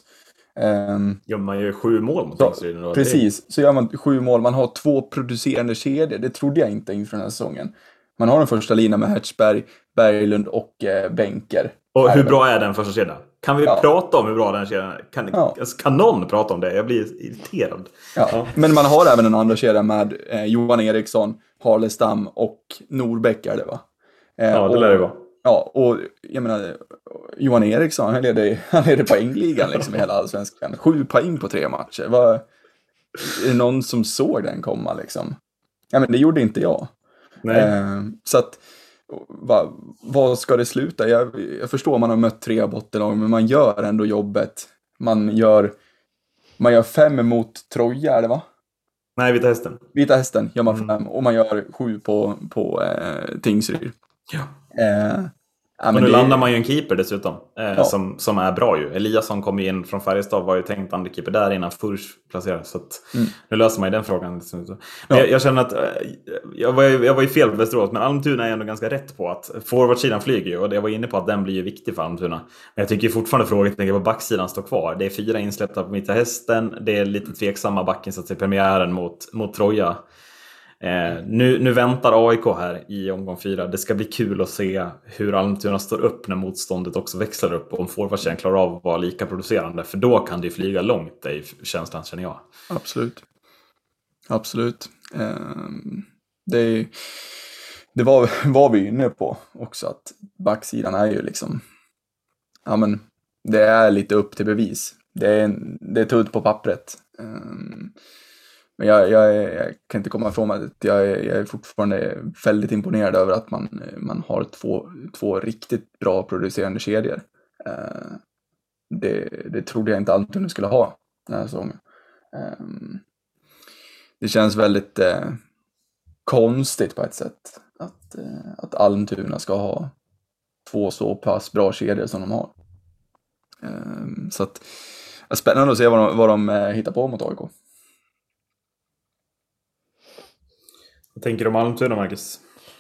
Speaker 3: Um,
Speaker 1: ja, man gör sju mål mot Tingsryd då.
Speaker 3: Precis, det... så gör man sju mål. Man har två producerande kedjor. Det trodde jag inte inför den här säsongen. Man har den första linan med Hertzberg, Berglund och eh, Bänker.
Speaker 1: Och hur bra är den första kedjan? Kan vi ja. prata om hur bra den kedjan är? Kan,
Speaker 3: ja.
Speaker 1: alltså, kan någon prata om det? Jag blir irriterad.
Speaker 3: Ja. Ja. Men man har även en andra kedja med eh, Johan Eriksson, Harlestam och Norbäck är det va?
Speaker 1: Eh, ja, det lär det vara.
Speaker 3: Ja, och jag menar, Johan Eriksson, han leder, han leder poängligan liksom i hela Allsvenskan. Sju poäng på tre matcher. Var, är det någon som såg den komma liksom? Ja, men det gjorde inte jag.
Speaker 1: Nej.
Speaker 3: Eh, så att vad, vad ska det sluta? Jag, jag förstår man har mött tre bottenlag, men man gör ändå jobbet. Man gör man gör fem mot Troja, är det va?
Speaker 1: Nej, Vita Hästen.
Speaker 3: Vita Hästen gör man fem mm. och man gör sju på, på eh, Tingsryd.
Speaker 1: Ja.
Speaker 3: Eh, ja,
Speaker 1: och
Speaker 3: men
Speaker 1: nu
Speaker 3: det...
Speaker 1: landar man ju en keeper dessutom eh,
Speaker 3: ja.
Speaker 1: som, som är bra ju. Eliasson kom ju in från Färjestad, var ju tänkt andra keeper där innan Furs placerades. Så att mm. nu löser man ju den frågan. Men ja. jag, jag känner att eh, jag, var, jag var ju fel på Västerås, men Almtuna är ändå ganska rätt på att forwardsidan flyger ju. Och jag var inne på att den blir ju viktig för Almtuna. Men jag tycker fortfarande frågetecken på backsidan står kvar. Det är fyra insläppta på Vita Hästen. Det är lite tveksamma backinsatser i premiären mot, mot Troja. Eh, nu, nu väntar A I K här i omgång fyra. Det ska bli kul att se hur Almtuna står upp när motståndet också växlar upp och om forwardsidan klarar av att vara lika producerande, för då kan det ju flyga långt i känslan, känner jag.
Speaker 3: Absolut. Absolut. Eh, det, det var, var vi inne på också, att backsidan är ju liksom, ja men det är lite upp till bevis. Det är, det är tudd på pappret. Eh, Men jag, jag, jag kan inte komma ifrån att jag, jag är fortfarande väldigt imponerad över att man, man har två, två riktigt bra producerande kedjor. Eh, det, det trodde jag inte Almtuna skulle ha den här säsongen. Eh, det känns väldigt eh, konstigt på ett sätt att, eh, att Almtuna ska ha två så pass bra kedjor som de har. Så att, spännande att se vad de, vad de hittar på mot A I K.
Speaker 1: Vad tänker du om Almtuna, Marcus?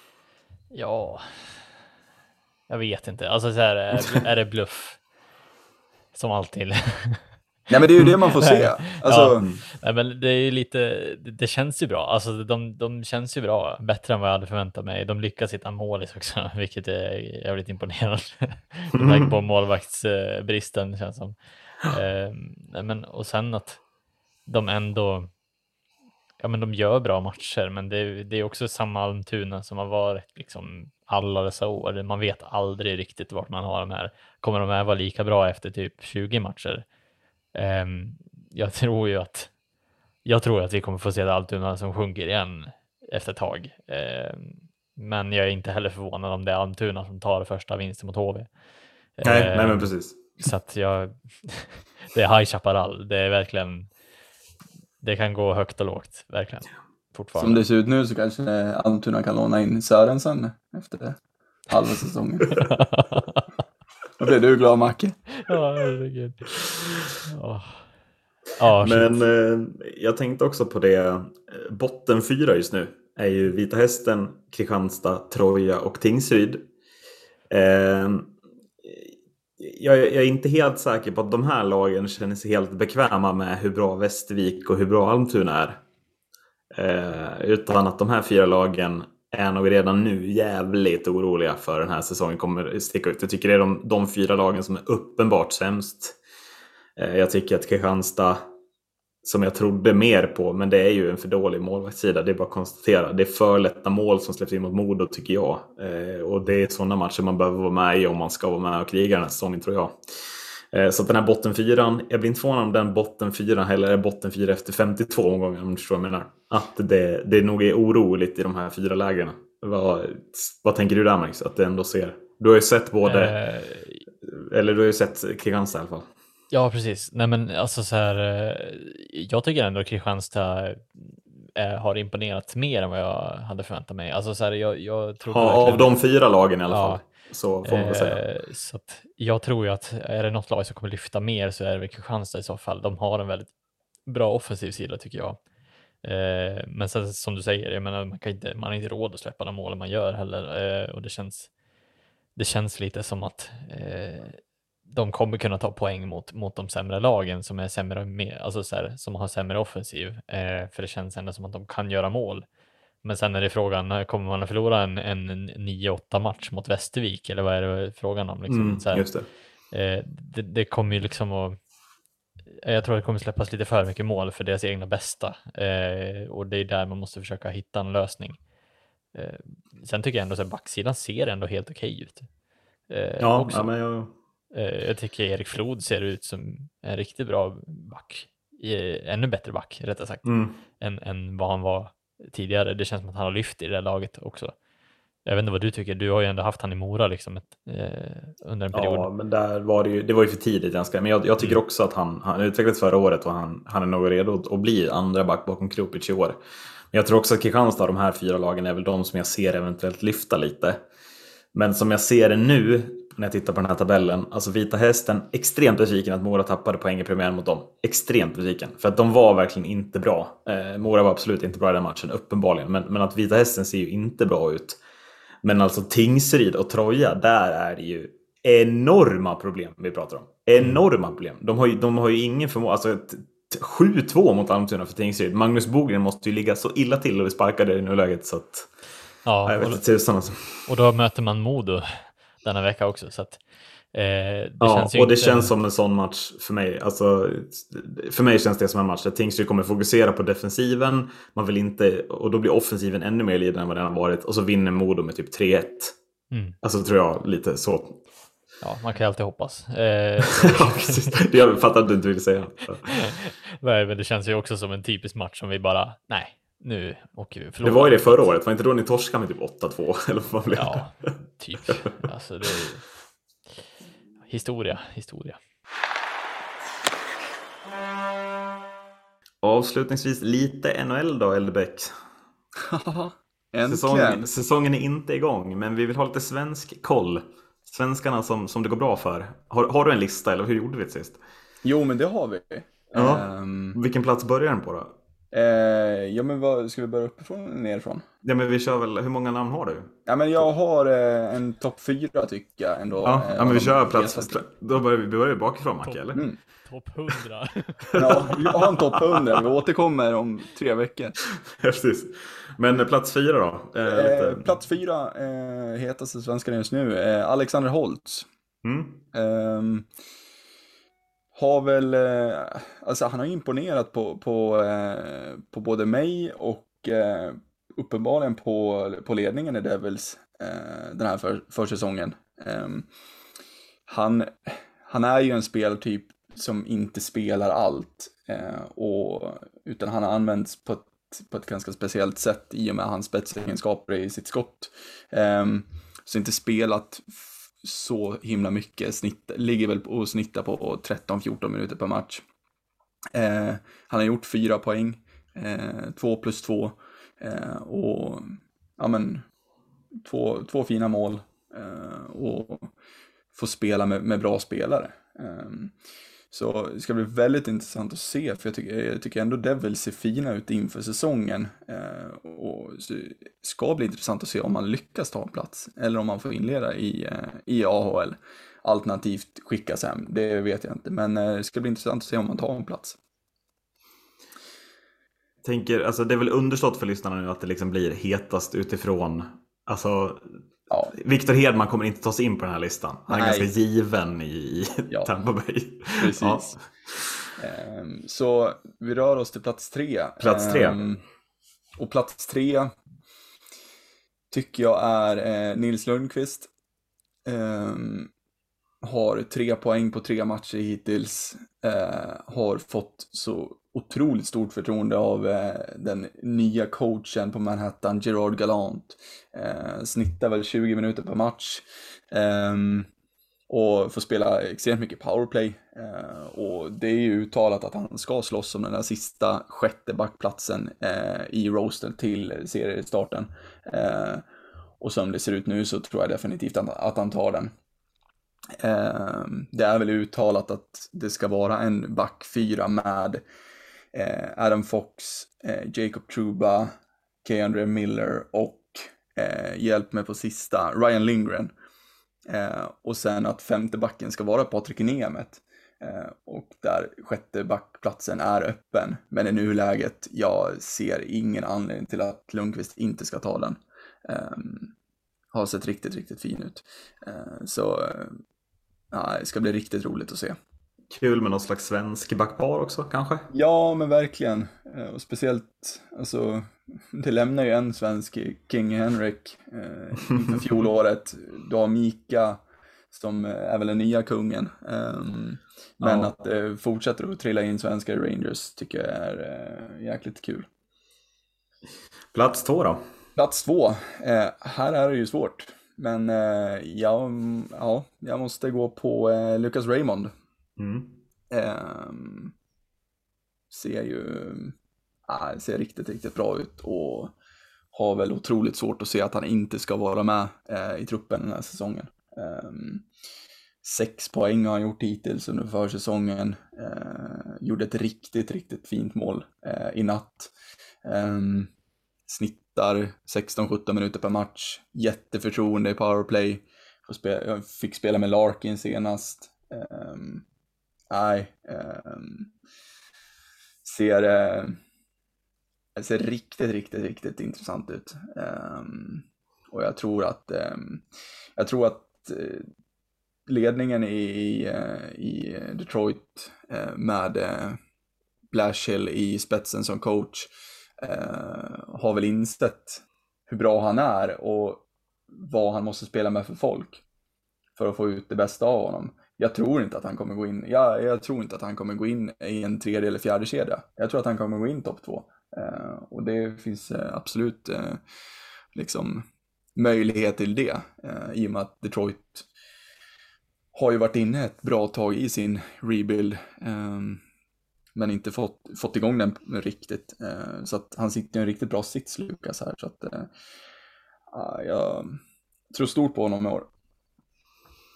Speaker 2: Ja, jag vet inte. Alltså så här, är, är det bluff? Som alltid.
Speaker 3: Nej, men det är ju det man får se. Alltså...
Speaker 2: Ja, nej, men det är ju lite, det, det känns ju bra. Alltså de, de känns ju bra. Bättre än vad jag hade förväntat mig. De lyckas hitta mål också, vilket är jävligt imponerande. Med tanke på målvaktsbristen, känns som. Eh, men, och sen att de ändå, ja men de gör bra matcher, men det, det är också samma Almtuna som har varit liksom alla dessa år. Man vet aldrig riktigt vart man har de här. Kommer de här vara lika bra efter typ tjugo matcher? Um, jag tror ju att jag tror att vi kommer få se Almtuna som sjunker igen efter ett tag. Um, men jag är inte heller förvånad om det är Almtuna som tar första vinsten mot H V.
Speaker 1: Nej,
Speaker 2: um,
Speaker 1: nej men precis.
Speaker 2: Så att jag det är High Chaparral. Det är verkligen, det kan gå högt och lågt, verkligen. Fortfarande.
Speaker 3: Som det ser ut nu så kanske Almtuna kan låna in Sörensen efter halva säsongen. Då blir du glad, Macke.
Speaker 2: Ja, herregud. Oh. Oh,
Speaker 1: men eh, jag tänkte också på det. Botten fyra just nu är ju Vita Hästen, Kristianstad, Troja och Tingsryd. Eh, jag, jag är inte helt säker på att de här lagen känner sig helt bekväma med hur bra Västervik och hur bra Almtuna är. Eh, utan att de här fyra lagen är nog redan nu jävligt oroliga för den här säsongen kommer sticka ut. Jag tycker det är de, de fyra lagen som är uppenbart sämst. Eh, jag tycker att Kristianstad, som jag trodde mer på, men det är ju en för dålig målvaktssida. Det är bara att konstatera. Det är för lätta mål som släpps in mot Modo, tycker jag. Eh, och det är sådana matcher man behöver vara med i om man ska vara med och kriga den här säsongen, tror jag. Eh, så att den här botten fyran, jag blir inte förvånad om den botten fyran eller botten fyra efter femtiotvå omgångar, om du förstår vad jag menar. Att det, det nog är oroligt i de här fyra lägena. Vad, vad tänker du där, Max? Att det ändå ser... Du har ju sett både... Eh... Eller du har ju sett Kristianstad i alla fall.
Speaker 2: Ja, precis. Nej, men alltså så här... Jag tycker ändå att Kristianstad är, har imponerat mer än vad jag hade förväntat mig. Alltså så här, jag, jag tror
Speaker 1: ja,
Speaker 2: verkligen...
Speaker 1: Av de fyra lagen i alla
Speaker 2: ja.
Speaker 1: fall. Så får man väl säga.
Speaker 2: Eh, så att jag tror ju att är det något lag som kommer lyfta mer så är det väl Kristianstad i så fall. De har en väldigt bra offensiv sida, tycker jag. Eh, men sen, som du säger, jag menar, man, kan inte, man har inte råd att släppa de målen man gör heller. Eh, och det känns, det känns lite som att eh, de kommer kunna ta poäng mot, mot de sämre lagen som är sämre med, alltså så här, som har sämre offensiv. Eh, för det känns ändå som att de kan göra mål. Men sen är det frågan, kommer man att förlora en, en nio åtta match mot Västervik? Eller vad är det frågan om? Liksom?
Speaker 1: Mm,
Speaker 2: så här,
Speaker 1: just det.
Speaker 2: Eh, det, det kommer ju liksom att... Jag tror det kommer släppas lite för mycket mål för deras egna bästa. Eh, och det är där man måste försöka hitta en lösning. Eh, sen tycker jag ändå att backsidan ser ändå helt okej ut. Eh,
Speaker 1: ja,
Speaker 2: också.
Speaker 1: ja, men jag...
Speaker 2: Eh, jag tycker Erik Flod ser ut som en riktigt bra back. Eh, ännu bättre back, rättare sagt. Mm. Än, än vad han var tidigare. Det känns som att han har lyft i det laget också. Jag vet inte vad du tycker. Du har ju ändå haft han i Mora liksom ett, eh, under en period.
Speaker 1: Ja, men där var det ju, det var ju för tidigt ganska. Men jag, jag tycker mm. också att han, han utvecklades förra året och han, han är nog redo att bli andra back bakom Krupic i år. Men jag tror också att Kristianstad, de här fyra lagen, är väl de som jag ser eventuellt lyfta lite. Men som jag ser det nu, när jag tittar på den här tabellen, alltså Vita Hästen, extremt besviken att Mora tappade poäng i premiären mot dem. Extremt besviken, för att de var verkligen inte bra. Eh, Mora var absolut inte bra i den matchen, uppenbarligen. Men, men att Vita Hästen ser ju inte bra ut. Men alltså Tingsryd och Troja, där är det ju enorma problem vi pratar om. Enorma problem. De har ju, de har ju ingen förmåga. Alltså sju två mot Almtuna för Tingsryd. Magnus Bogren måste ju ligga så illa till och vi sparkar det i nuläget så att...
Speaker 2: Ja,
Speaker 1: jag vet inte tusan alltså.
Speaker 2: Och då möter man Modo denna vecka också, så att eh, det
Speaker 1: ja,
Speaker 2: känns ju
Speaker 1: och
Speaker 2: inte...
Speaker 1: det känns som en sån match för mig. Alltså, för mig känns det som en match där Tingsryd kommer fokusera på defensiven. Man vill inte, och då blir offensiven ännu mer liden än vad den har varit. Och så vinner Modo med typ tre ett. Mm. Alltså tror jag lite så.
Speaker 2: Ja, man kan ju alltid hoppas. Eh...
Speaker 1: ja, precis. Jag fattar att du inte vill säga.
Speaker 2: Nej, men det känns ju också som en typisk match som vi bara, nej, nu åker vi.
Speaker 1: Det var ju det förra året, var inte då ni torskade med typ åtta två? Eller vad blev det?
Speaker 2: Ja, typ. Alltså det är historia, historia.
Speaker 1: Avslutningsvis lite N H L då, Eldebäck. säsongen, säsongen är inte igång, men vi vill ha lite svensk koll. svenskarna som, som det går bra för. Har, har du en lista eller hur gjorde vi det sist?
Speaker 3: Jo, men det har vi.
Speaker 1: Ja.
Speaker 3: Um,
Speaker 1: Vilken plats börjar den på då?
Speaker 3: eh, ja, men vad, ska vi börja uppifrån eller nerifrån?
Speaker 1: Ja, men vi kör väl, hur många namn har du?
Speaker 3: Ja, men jag har eh, en topp fyra tycker jag ändå.
Speaker 1: Ja,
Speaker 3: eh,
Speaker 1: ja men vi
Speaker 3: av
Speaker 1: kör
Speaker 3: de
Speaker 1: plats,
Speaker 3: hetaste.
Speaker 1: då börjar vi, vi börjar bakifrån, Macke, eller?
Speaker 3: Mm.
Speaker 2: Topp hundra.
Speaker 3: Ja, jag har en topp hundra. Vi återkommer om tre veckor.
Speaker 1: Precis. Men plats fyra då? Eh, lite...
Speaker 3: Eh, plats fyra, eh, hetaste svenskan just nu, eh, Alexander Holtz.
Speaker 1: Mm.
Speaker 3: Eh, har väl, eh, alltså han har imponerat på, på, eh, på både mig och eh, uppenbarligen på, på ledningen i Devils eh, den här för, försäsongen. Eh, han, han är ju en speltyp som inte spelar allt, eh, och, utan han har använts på ett, på ett ganska speciellt sätt i och med hans spetsegenskaper i sitt skott. Eh, så inte spelat så himla mycket, snitt, ligger väl och snittar på tretton fjorton minuter per match. Eh, han har gjort fyra poäng, eh, två plus två, eh, och ja men två, två fina mål, eh, och få spela med, med bra spelare. Eh, så det ska bli väldigt intressant att se, för jag tycker, jag tycker ändå Devils ser fina ut inför säsongen, eh, och så ska bli intressant att se om man lyckas ta en plats eller om man får inleda i, eh, i A H L, alternativt skickas hem, det vet jag inte, men eh, det ska bli intressant att se om man tar en plats.
Speaker 1: Tänker, alltså det är väl understått för lyssnarna nu att det liksom blir hetast utifrån, alltså
Speaker 3: Ja.
Speaker 1: Victor Hedman kommer inte ta sig in på den här listan. Han är
Speaker 3: Nej.
Speaker 1: ganska given i, i
Speaker 3: Ja.
Speaker 1: Tampa Bay.
Speaker 3: Precis.
Speaker 1: Ja.
Speaker 3: Um, så vi rör oss till plats tre.
Speaker 1: Plats tre.
Speaker 3: Um, och plats tre tycker jag är eh, Nils Lundqvist. Um, har tre poäng på tre matcher hittills. Uh, har fått så otroligt stort förtroende av uh, den nya coachen på Manhattan, Gerard Gallant. Uh, snittar väl tjugo minuter per match. Um, och får spela extremt mycket powerplay. Uh, och det är ju uttalat att han ska slåss om den där sista sjätte backplatsen uh, i roster till seriestarten. Uh, och som det ser ut nu så tror jag definitivt att, att han tar den. Uh, det är väl uttalat att det ska vara en back fyra med uh, Adam Fox, uh, Jacob Trouba, Keandre Miller och uh, hjälp med på sista, Ryan Lindgren. Uh, och sen att femte backen ska vara Patrik Nemeth. Uh, och där sjätte backplatsen är öppen. Men i nuläget, jag ser ingen anledning till att Lundqvist inte ska ta den. Um, har sett riktigt, riktigt fin ut. Uh, så uh, ja, det ska bli riktigt roligt att se.
Speaker 1: Kul med någon slags svensk backpar också, kanske?
Speaker 3: Ja, men verkligen. Uh, och speciellt, alltså, det lämnar ju en svensk, King Henrik, uh, inför fjolåret. Du har Mika, som är väl den nya kungen. Um, men
Speaker 1: ja.
Speaker 3: att uh, fortsätter att trilla in svenska Rangers tycker jag är uh, jäkligt kul.
Speaker 1: Plats två då?
Speaker 3: Plats två. Uh, här är det ju svårt. Men uh, ja, ja, jag måste gå på uh, Lucas Raymond.
Speaker 1: Mm.
Speaker 3: Um, ser ju uh, ser riktigt, riktigt bra ut. Och har väl otroligt svårt att se att han inte ska vara med uh, i truppen den här säsongen. Um, sex poäng har han gjort hittills under försäsongen. Uh, gjorde ett riktigt, riktigt fint mål uh, i natt. Um, snittar sexton sjutton minuter per match. Jätteförtroende i powerplay. Jag fick spela med Larkin senast. Um, nej. Um, ser, uh, ser riktigt, riktigt, riktigt intressant ut. Um, och jag tror att um, jag tror att uh, ledningen i, uh, i Detroit uh, med uh, Blashill i spetsen som coach uh, har väl insett hur bra han är och vad han måste spela med för folk för att få ut det bästa av honom. Jag tror inte att han kommer gå in jag, jag tror inte att han kommer gå in i en tredje eller fjärde kedja. Jag tror att han kommer gå in topp två. Uh, och det finns uh, absolut uh, liksom möjlighet till det. Uh, I och med att Detroit har ju varit inne ett bra tag i sin rebuild. Um, men inte fått, fått igång den riktigt. Uh, så att han sitter i en riktigt bra sits, Lucas, här. Så att uh, uh, jag tror stort på honom i år.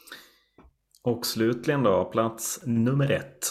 Speaker 1: Och slutligen då, plats nummer ett.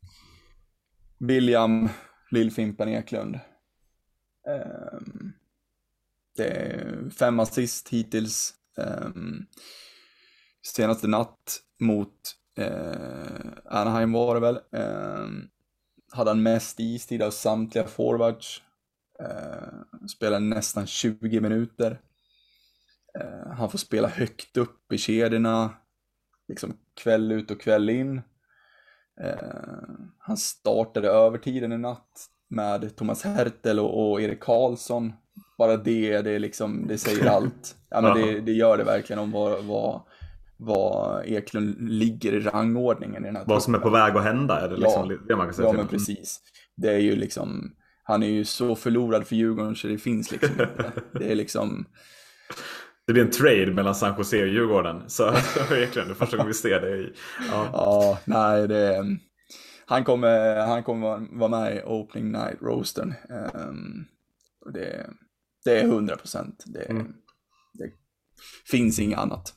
Speaker 3: William Lillfimpen Eklund. Um, det är fem assist hittills. Um, senaste natt mot uh, Anaheim var det väl. Um, hade han mest istid av samtliga forwards. Uh, spelade nästan tjugo minuter. Uh, han får spela högt upp i kedjorna. Liksom kväll ut och kväll in. Uh, han startade övertiden i natt med Thomas Hertel och, och Erik Karlsson. Bara det, det, liksom, det säger allt. Ja, men det, det gör det verkligen om vad, vad, vad Eklund ligger i rangordningen i den här
Speaker 1: vad som är på väg att hända, är det liksom
Speaker 3: ja,
Speaker 1: det man kan säga.
Speaker 3: Ja, men precis. Det är ju liksom, han är ju så förlorad för Djurgården så det finns liksom inte. Det är liksom...
Speaker 1: Det blir en trade mellan San Jose och Djurgården. Så verkligen, det första gången vi ser det i... Ja,
Speaker 3: ja nej, det är... Han kommer, han kommer vara med i opening night roastern. Um, det, det är hundra procent. Det, mm. det finns inget annat.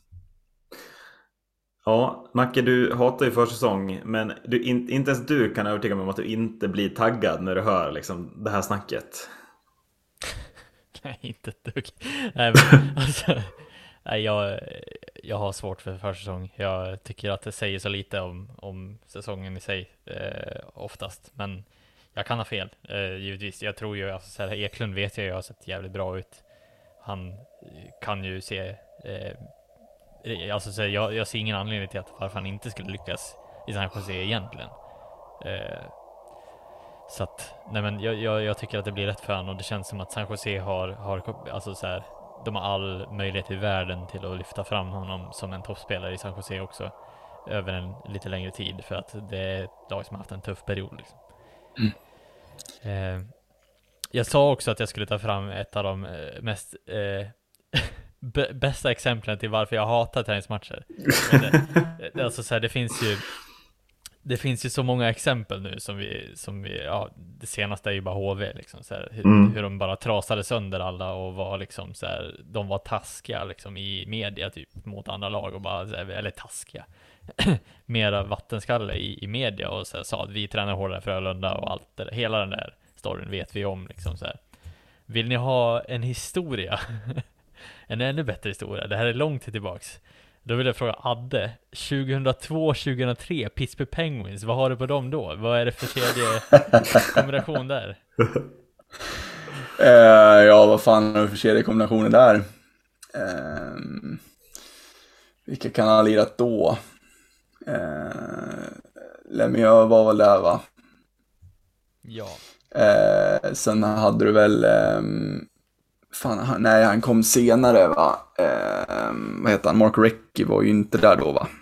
Speaker 1: Ja, Macke, du hatar ju försäsong, men du, in, inte ens du kan övertyga mig om att du inte blir taggad när du hör liksom, det här snacket.
Speaker 2: Nej, inte ett dugg. Nej, men, alltså, nej, jag, jag har svårt för försäsong. Jag tycker att det säger så lite om, om säsongen i sig eh, oftast. Men jag kan ha fel, eh, givetvis. Jag tror ju, alltså, så här, Eklund vet jag ju har sett jävligt bra ut. Han kan ju se... Eh, alltså, så här, jag, jag ser ingen anledning till att varför han inte skulle lyckas i San Jose egentligen. Eh, Så att, nej men jag, jag, jag tycker att det blir rätt för han, och det känns som att San Jose har, har alltså så här, de har all möjlighet i världen till att lyfta fram honom som en toppspelare i San Jose också över en lite längre tid, för att det är ett lag som har haft en tuff period liksom. Mm. Eh, jag sa också att jag skulle ta fram ett av de mest eh, b- bästa exemplen till varför jag hatar träningsmatcher. det, det, alltså så här, det finns ju Det finns ju så många exempel nu som vi, som vi ja, det senaste är ju bara H V liksom, så här, hur, mm. hur de bara trasade sönder alla och var liksom så här, de var taskiga liksom i media typ mot andra lag och bara så här, eller taskiga mera vattenskalle i, i media och så här, sa att vi tränar hårdare Frölunda och allt det där. Hela den där storyn vet vi om liksom så här. Vill ni ha en historia? En ännu bättre historia. Det här är långt tillbaks. Då vill jag fråga Adde, tjugohundratvå tjugohundratre Pittsburgh Penguins, vad har du på dem då? Vad är det för kedjekombination där?
Speaker 3: Uh, ja, vad fan är det för kedjekombinationer där? Uh, vilka kan ha lirat då? Uh, Lemieux var väl där, va?
Speaker 2: Ja.
Speaker 3: Uh, sen hade du väl... Um, Fan, han, nej, han kom senare, va? Eh, vad heter han? Mark Recchi var ju inte där då, va?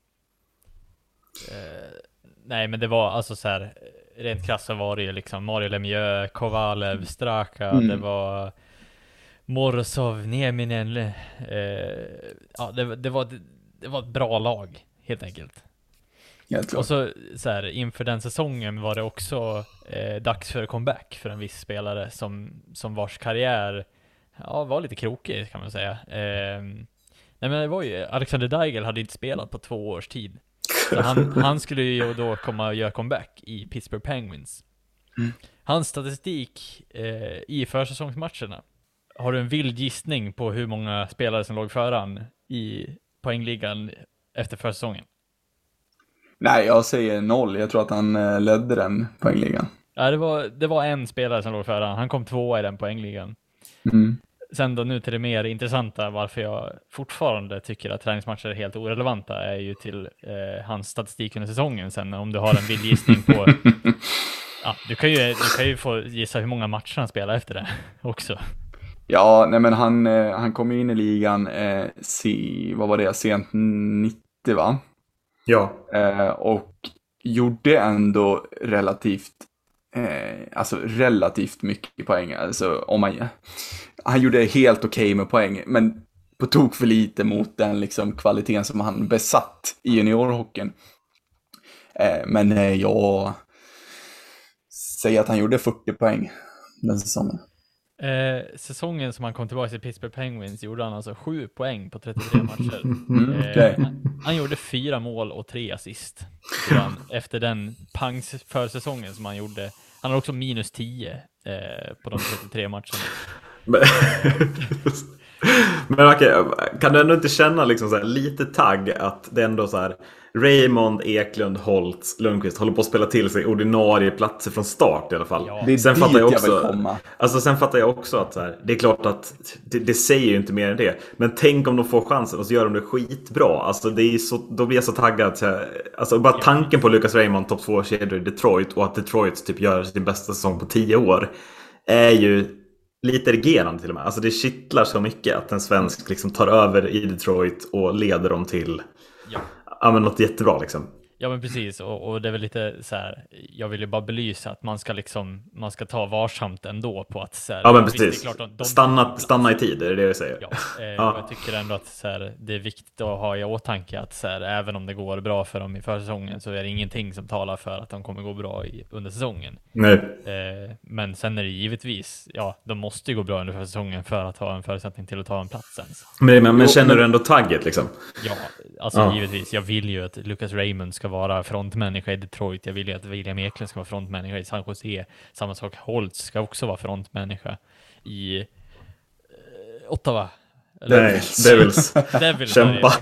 Speaker 2: Eh, nej, men det var alltså så här, rent krasst så var det ju liksom Mario Lemieux, Kovalev, Straka, mm. det var Morozov, Nieminen. Eh, ja, det, det, var, det, det var ett bra lag, helt enkelt.
Speaker 3: Helt
Speaker 2: och så, så här, inför den säsongen var det också eh, dags för comeback för en viss spelare som, som vars karriär ja, var lite krokig kan man säga. Eh, nej men det var ju, Alexander Deigel hade inte spelat på två års tid. Så han, han skulle ju då komma och göra comeback i Pittsburgh Penguins. Mm. Hans statistik eh, i försäsongsmatcherna. Har du en vild gissning på hur många spelare som låg föran i poängligan efter försäsongen?
Speaker 3: Nej, jag säger noll. Jag tror att han eh, ledde den poängligan.
Speaker 2: Ja, det var, det var en spelare som låg föran. Han kom tvåa i den poängligan.
Speaker 3: Mm.
Speaker 2: Sen då nu till det mer intressanta, varför jag fortfarande tycker att träningsmatcher är helt orelevanta, är ju till eh, hans statistik under säsongen. Sen om du har en vild gissning på... ja, du kan, ju, du kan ju få gissa hur många matcher han spelar efter det också.
Speaker 3: Ja, nej men han, eh, han kom in i ligan, eh, si, vad var det, sent nittio, va?
Speaker 1: Ja.
Speaker 3: Eh, och gjorde ändå relativt eh, alltså relativt mycket poäng. Alltså om man, han gjorde helt okej okay med poäng, men på tok för lite mot den liksom kvaliteten som han besatt i juniorhockeyn. Eh, men eh, jag säger att han gjorde fyrtio poäng den säsongen.
Speaker 2: Eh, säsongen som han kom tillbaka till Pittsburgh Penguins gjorde han alltså sju poäng på trettiotre matcher.
Speaker 3: Mm,
Speaker 2: eh,
Speaker 3: okay.
Speaker 2: han, han gjorde fyra mål och tre assist. Han, efter den pangs försäsongen som han gjorde. Han har också minus tio eh, på de trettiotre matcherna.
Speaker 1: Men, men okej, kan du ändå inte känna liksom så här, lite tagg att det ändå så här Raymond, Eklund, Holtz, Lundqvist håller på att spela till sig ordinarie platser från start i alla fall.
Speaker 2: Ja.
Speaker 3: Det är
Speaker 1: sen
Speaker 3: dit
Speaker 1: fattar jag
Speaker 3: jag
Speaker 1: också,
Speaker 3: vill komma.
Speaker 1: Alltså sen fattar jag också att så här, det är klart att det, det säger ju inte mer än det. Men tänk om de får chansen och så gör de det skitbra. Alltså det är så, då blir jag så taggad. Så här, alltså bara tanken på Lucas Raymond topp två kedjor i Detroit och att Detroit typ gör sin bästa säsong på tio år är ju lite regerande till och med. Alltså det kittlar så mycket att en svensk liksom tar över i Detroit och leder dem till
Speaker 2: Ja.
Speaker 1: Ja, men något jättebra liksom.
Speaker 2: Ja, men precis, och, och det är väl lite så här, jag vill ju bara belysa att man ska liksom, man ska ta varsamt ändå på att så här,
Speaker 1: ja men
Speaker 2: visst,
Speaker 1: precis,
Speaker 2: det är klart att de
Speaker 1: stanna, stanna i tid, det är det jag säger.
Speaker 2: Ja, eh,
Speaker 1: ja.
Speaker 2: Jag tycker ändå att så här, det är viktigt att ha i åtanke att så här, även om det går bra för dem i försäsongen så är det ingenting som talar för att de kommer gå bra i, under säsongen.
Speaker 1: Nej.
Speaker 2: Eh, men sen är det givetvis, ja, de måste ju gå bra under säsongen för att ha en förutsättning till att ta en plats ens.
Speaker 1: Men, men, men känner du ändå tagget liksom?
Speaker 2: Ja, alltså
Speaker 1: ja.
Speaker 2: givetvis. Jag vill ju att Lucas Raymond ska vara frontmänniska i Detroit. Jag vill ju att William Eklund ska vara frontmänniska i San Jose. Samma sak, Holtz ska också vara frontmänniska i eh, Ottawa.
Speaker 1: Nej, Devils.
Speaker 2: Devils.
Speaker 1: Kämpa.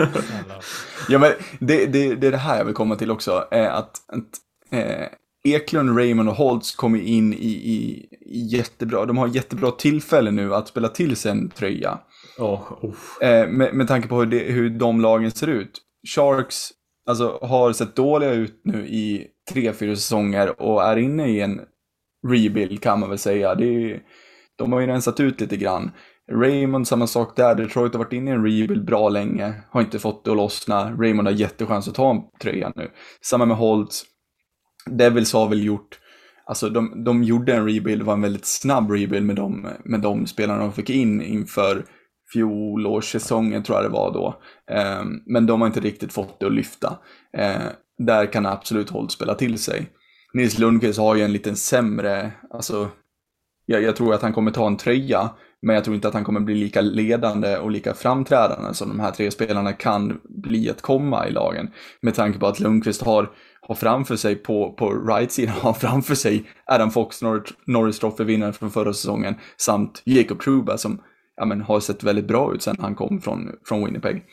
Speaker 3: Ja, men det, det, det är det här jag vill komma till också. Är att, att eh, Eklund, Raymond och Holtz kommer in i, i, i jättebra. De har jättebra tillfälle nu att spela till sig en tröja.
Speaker 1: Oh, oh.
Speaker 3: Eh, med, med tanke på hur, det, hur de lagen ser ut. Sharks alltså, har sett dåliga ut nu i tre, fyra säsonger och är inne i en rebuild kan man väl säga. Det är, de har ju rensat ut lite grann. Raymond, samma sak där. Detroit har varit inne i en rebuild bra länge. Har inte fått det att lossna. Raymond har jättechans att ta en tröja nu. Samma med Holtz. Devils har väl gjort... Alltså de, de gjorde en rebuild. Det var en väldigt snabb rebuild med de, med de spelarna de fick in inför fjolårssäsongen tror jag det var då. Eh, men de har inte riktigt fått det att lyfta. Eh, där kan absolut Holtz spela till sig. Nils Lundqvist har ju en liten sämre... Alltså, jag, jag tror att han kommer ta en tröja. Men jag tror inte att han kommer bli lika ledande och lika framträdande som de här tre spelarna kan bli att komma i lagen. Med tanke på att Lundqvist har, har framför sig på, på right-sidan, har framför sig Adam Fox, Nor- Norris Trophy-vinnaren från förra säsongen, samt Jacob Trouba som ja, men, har sett väldigt bra ut sedan han kom från, från Winnipeg.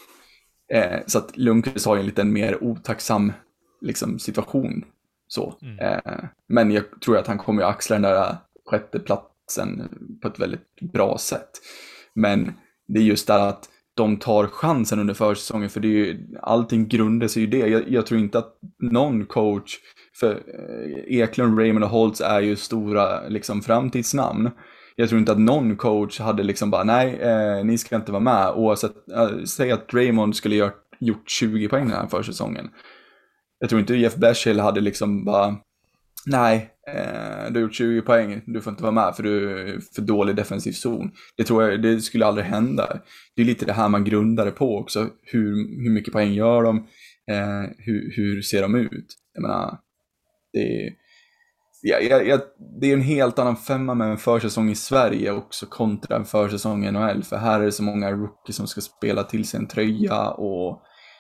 Speaker 3: Eh, så att Lundqvist har en lite mer otacksam liksom, situation. Så. Mm. Eh, men jag tror att han kommer att axla den där sjätte platsen på ett väldigt bra sätt. Men det är just där att de tar chansen under försäsongen, för det är ju, allting grundar sig i det. Jag, jag tror inte att någon coach, för Eklund, Raymond och Holtz är ju stora liksom, framtidsnamn. Jag tror inte att någon coach hade liksom bara, nej, eh, ni ska inte vara med. Oavsett, äh, säg att Raymond skulle gjort, gjort tjugo poäng den här försäsongen. Jag tror inte Jeff Blashill hade liksom bara, nej, eh, du har gjort tjugo poäng, du får inte vara med för du är för dålig defensiv zon. Det tror jag, det skulle aldrig hända. Det är lite det här man grundar det på också. Hur, hur mycket poäng gör de? Eh, hur, hur ser de ut? Jag menar, det är, ja, ja, ja, det är en helt annan femma med en försäsong i Sverige också kontra en försäsong i N H L. För här är det så många rookies som ska spela till sig en tröja och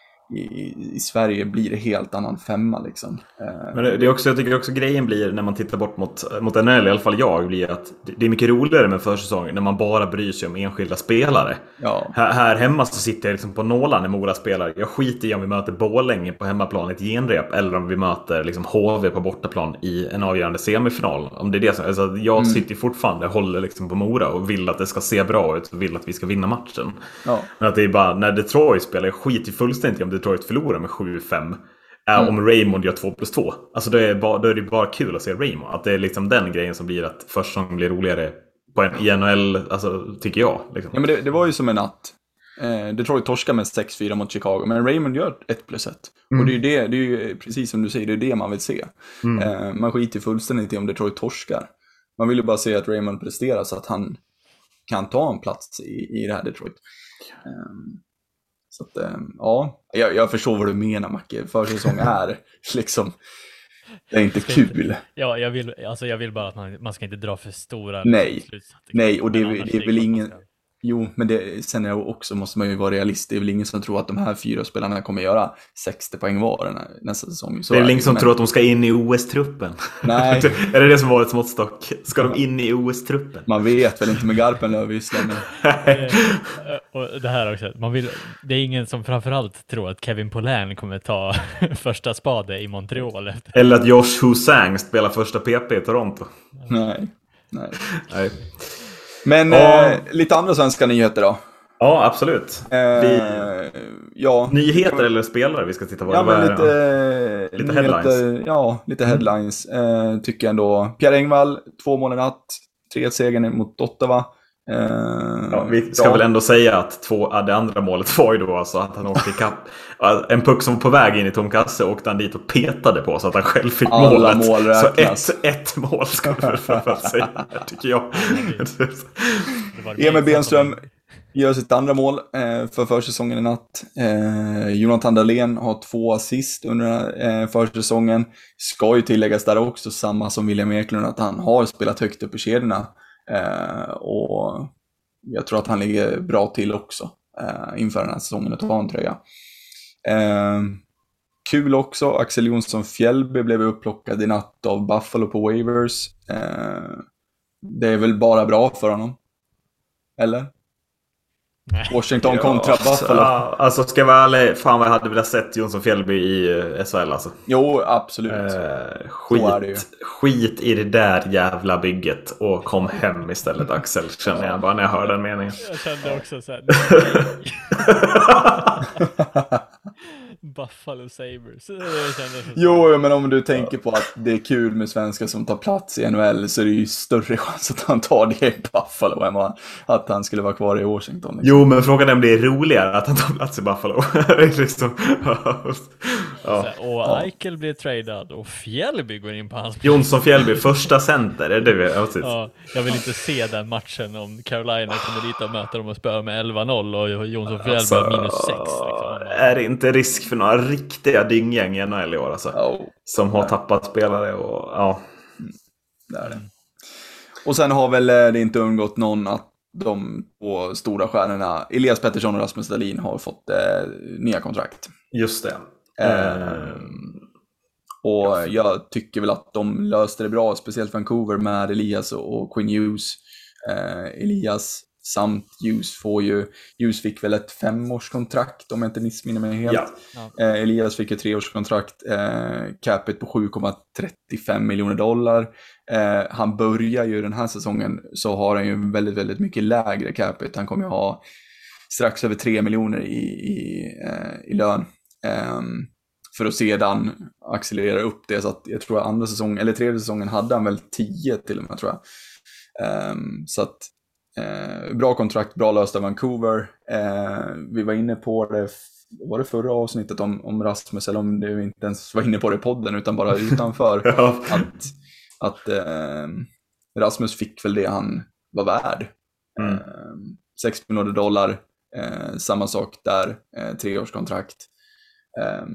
Speaker 3: I, i Sverige blir det helt annan femma liksom.
Speaker 1: Men det är också, jag tycker också grejen blir när man tittar bort mot, mot N H L, i alla fall jag, blir att det är mycket roligare med försäsongen när man bara bryr sig om enskilda spelare.
Speaker 3: Ja.
Speaker 1: Här, här hemma så sitter jag liksom på nålan när Mora spelar. Jag skiter i om vi möter Borlänge på hemmaplan i ett genrep eller om vi möter liksom H V på bortaplan i en avgörande semifinal. Om det är det som, alltså jag mm. sitter fortfarande, håller liksom på Mora och vill att det ska se bra ut och vill att vi ska vinna matchen. Ja. Men att det är bara, när Detroit spelar, jag skiter fullständigt om Detroit förlorar med sju fem. Mm. Om Raymond gör två plus två. Alltså då är, bara, då är det bara kul att se Raymond. Att det är liksom den grejen som blir att första gången blir roligare på en, i N H L, alltså, tycker jag. Liksom.
Speaker 3: Ja, men det, det var ju som en natt. Eh, Detroit torskar med sex fyra mot Chicago. Men Raymond gör ett plus ett. Mm. Och det är, det, det är ju precis som du säger, det är det man vill se. Mm. Eh, man skiter fullständigt i om Detroit torskar. Man vill ju bara se att Raymond presterar så att han kan ta en plats i, i det här Detroit. Eh, Så att, ja, jag, jag förstår vad du menar, Macke. Försäsong är liksom... Det är inte kul.
Speaker 2: Inte, ja, jag vill, alltså jag vill bara att man, man ska inte dra för stora
Speaker 3: Nej,
Speaker 2: slutsatser.
Speaker 3: Nej och det,
Speaker 2: Men
Speaker 3: det,
Speaker 2: annars
Speaker 3: det är väl ingen...
Speaker 2: ska-
Speaker 3: Jo, men det, sen är det också, måste man ju vara realist. Det är väl ingen som tror att de här fyra spelarna kommer göra sextio poäng var den här, nästa säsong. Så
Speaker 1: det är väl ingen
Speaker 3: det,
Speaker 1: som
Speaker 3: men...
Speaker 1: tror att de ska in i O S-truppen.
Speaker 3: Nej.
Speaker 1: Är det det som var ett måttstock? Ska de in i O S-truppen?
Speaker 3: Man vet väl inte med Garpenlöv i Island.
Speaker 2: Och det här också, man vill, det är ingen som framförallt tror att Kevin Poulin kommer ta första spade i Montreal. Efter.
Speaker 1: Eller att Josh Husang spelar första P P i Toronto.
Speaker 3: Nej, nej.
Speaker 1: Nej.
Speaker 3: Men
Speaker 1: ja.
Speaker 3: eh, lite andra svenska nyheter då.
Speaker 1: Ja, absolut.
Speaker 3: Eh,
Speaker 1: vi...
Speaker 3: ja.
Speaker 1: Nyheter eller spelare vi ska titta på?
Speaker 3: Ja, men
Speaker 1: är,
Speaker 3: lite,
Speaker 1: ja. lite
Speaker 3: nyheter,
Speaker 1: headlines.
Speaker 3: Ja, lite headlines. Eh, tycker jag ändå. Pierre Engvall, två mål i natt. tre ett segern mot Ottawa. Eh,
Speaker 1: ja, vi ska
Speaker 3: bra.
Speaker 1: väl ändå säga att två, det andra målet var ju då alltså att han åkte ikapp. En puck som var på väg in i tom kasse åkte han dit och petade på så att han själv fick
Speaker 3: Alla
Speaker 1: målet.
Speaker 3: mål
Speaker 1: så
Speaker 3: räknas.
Speaker 1: ett, ett mål ska vi framförallt säga, tycker jag.
Speaker 3: Emil Benström gör sitt andra mål eh, för försäsongen i natt. Eh, Jonathan Dahlén har två assist under eh, försäsongen. Ska ju tilläggas där också, samma som William Eklund, att han har spelat högt upp i kedjorna. Eh, och jag tror att han ligger bra till också eh, inför den här säsongen att ta en tröja. Eh, kul också, Axel Jonsson Fjällby blev upplockad i natt av Buffalo på waivers. Eh, det är väl bara bra för honom? Eller? Washington kontra
Speaker 1: ja,
Speaker 3: Buffalo.
Speaker 1: Alltså ska jag vara ärlig, fan vad jag hade velat sett Jonsson Fjällby i S H L alltså.
Speaker 3: Jo, absolut.
Speaker 1: Eh, skit, skit i det där jävla bygget och kom hem istället, Axel, känner jag bara när jag hör den meningen.
Speaker 2: Jag kände också så här. Buffalo Sabres.
Speaker 3: Jo, men om du tänker på att det är kul med svenskar som tar plats i N H L, så är det ju större chans att han tar det i Buffalo än att han skulle vara kvar i Washington. Liksom.
Speaker 1: Jo, men frågan är om det är roligare att han tar plats i Buffalo. liksom.
Speaker 2: ja. Och Eichel blir tradad och Fjällby går in på hans plats.
Speaker 1: Jonsson Fjällby, första center, är det det?
Speaker 2: Ja, jag vill inte se den matchen om Carolina kommer dit och möter dem och spöar med elva noll och Jonsson Fjällby alltså, minus sex. Liksom.
Speaker 1: Är det inte risk för några riktiga dinggäng i N H L i år alltså,
Speaker 3: oh.
Speaker 1: som har tappat spelare och ja.
Speaker 3: Mm. Det är det. Och sen har väl det inte undgått någon att de två stora stjärnorna Elias Pettersson och Rasmus Dahlin har fått eh, nya kontrakt.
Speaker 1: Just det.
Speaker 3: Eh, och jag tycker väl att de löste det bra, speciellt Vancouver med Elias och Quinn Hughes. Eh, Elias samt Hughes får ju, Hughes fick väl ett femårskontrakt om jag inte missminner mig helt.
Speaker 1: Ja.
Speaker 3: Ja. Eh, Elias fick ett treårskontrakt, eh, capita på sju komma trettiofem miljoner dollar. Eh, han börjar ju den här säsongen så har han ju väldigt, väldigt mycket lägre capita. Han kommer ju ha strax över tre miljoner i, i, eh, i lön. Eh, för att sedan accelerera upp det, så att jag tror att andra säsongen, eller tredje säsongen hade han väl tio till och med, tror jag. Eh, så att Eh, bra kontrakt, bra löst av Vancouver. Eh, vi var inne på det, var det förra avsnittet om, om Rasmus, eller om du inte ens var inne på det i podden utan bara utanför.
Speaker 1: ja.
Speaker 3: Att, att eh, Rasmus fick väl det han var värd. Mm. Eh, sex miljoner dollar, eh, samma sak där, eh, treårskontrakt. Eh,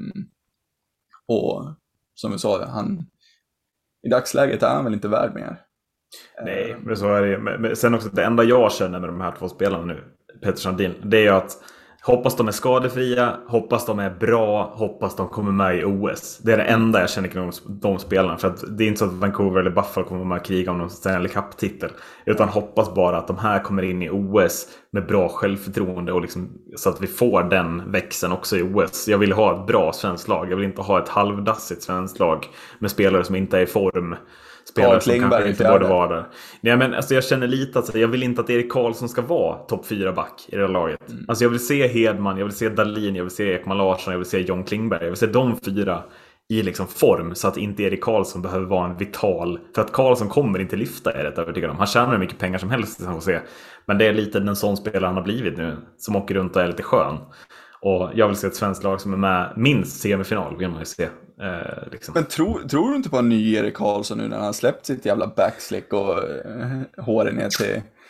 Speaker 3: och som vi sa, han, i dagsläget är han väl inte värd mer.
Speaker 1: Nej, men så är det. Men sen också det enda jag känner med de här två spelarna nu, Pettersson och Dahlin, det är ju att hoppas de är skadefria, hoppas de är bra, hoppas de kommer med i O S. Det är det enda jag känner kring de, de spelarna. För att det är inte så att Vancouver eller Buffalo kommer med och kriga om någon Stanley Cup-titel. Utan hoppas bara att de här kommer in i O S med bra självförtroende och liksom, så att vi får den växeln också i O S. Jag vill ha ett bra svenskt lag. Jag vill inte ha ett halvdassigt svenskt lag med spelare som inte är i form. Spelare som kanske inte borde vara där. Nej, men alltså, jag känner lite att jag vill inte att Erik Karlsson ska vara topp fyra back i det här laget. Mm. Alltså, jag vill se Hedman, jag vill se Dahlin, jag vill se Ekman Larsson, jag vill se John Klingberg. Jag vill se de fyra i liksom form, så att inte Erik Karlsson behöver vara en vital. För att Karlsson kommer inte lyfta, är det övertygad om. Han tjänar mycket pengar som helst i San Jose. Men det är lite den sån spelare han har blivit nu, som åker runt och är lite skön. Och jag vill se ett svenskt lag som är med minst semifinal, vill man ju se. Eh, liksom.
Speaker 3: Men tro, tror du inte på en ny Erik Karlsson nu när han har släppt sitt jävla backslick och eh, håret ner till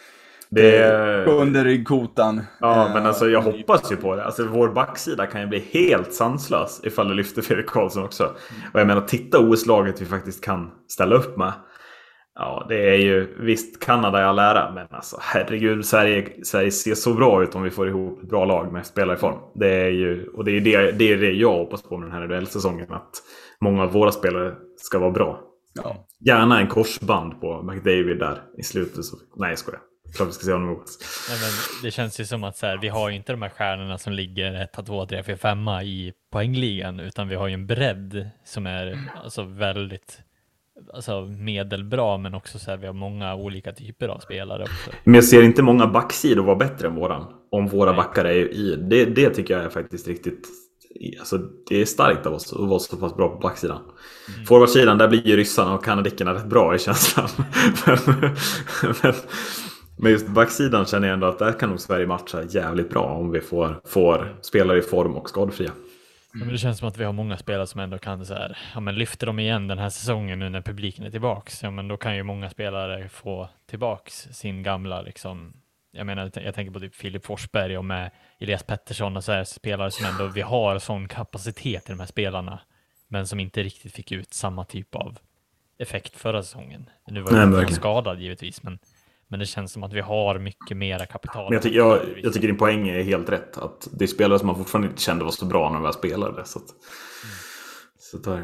Speaker 3: Det är under ryggkotan.
Speaker 1: Ja, men alltså jag hoppas ju på det. Alltså vår backsida kan ju bli helt sanslös ifall du lyfter Fredrik Karlsson också. Och jag menar, titta O S-laget vi faktiskt kan ställa upp med. Ja, det är ju visst Kanada i all ära, men alltså herregud, Sverige, Sverige ser så bra ut om vi får ihop ett bra lag med spelare i form. Det är ju, och det är det, det är det jag hoppas på med den här duellsäsongen, att många av våra spelare ska vara bra.
Speaker 3: Ja.
Speaker 1: Gärna en korsband på McDavid där i slutet. Så, nej, jag skojar. Klart vi ska se honom emot.
Speaker 2: Nej, men det känns ju som att så här, vi har ju inte de här stjärnorna som ligger ett, två, tre, fyra, fem i poängligan, utan vi har ju en bredd som är alltså väldigt alltså medelbra, men också så här, vi har många olika typer av spelare också.
Speaker 1: Men jag ser inte många backsidor vara bättre än våran. Om våra nej. backar är i. Det, det tycker jag är faktiskt riktigt. Alltså, det är starkt av oss att vara så pass bra på backsidan. Mm. Forwardsidan, där blir ju ryssarna och kanadickerna rätt bra i känslan. men, men, men just backsidan känner jag ändå att där kan nog Sverige matcha jävligt bra om vi får, får spelare i form och skadefria.
Speaker 2: Ja, men det känns som att vi har många spelare som ändå kan så här, ja, men lyfter de igen den här säsongen nu när publiken är tillbaks, ja, men då kan ju många spelare få tillbaks sin gamla liksom, jag menar, jag tänker på typ Filip Forsberg och med Elias Pettersson och så här spelare som ändå, vi har sån kapacitet i de här spelarna, men som inte riktigt fick ut samma typ av effekt förra säsongen. Nu var ju Nej, skadad givetvis, men Men det känns som att vi har mycket mera kapital.
Speaker 1: Men jag, ty- jag, jag tycker din poäng är helt rätt. Att det är spelare som man fortfarande inte kände var så bra när vi var spelare. Så, att, mm. så där.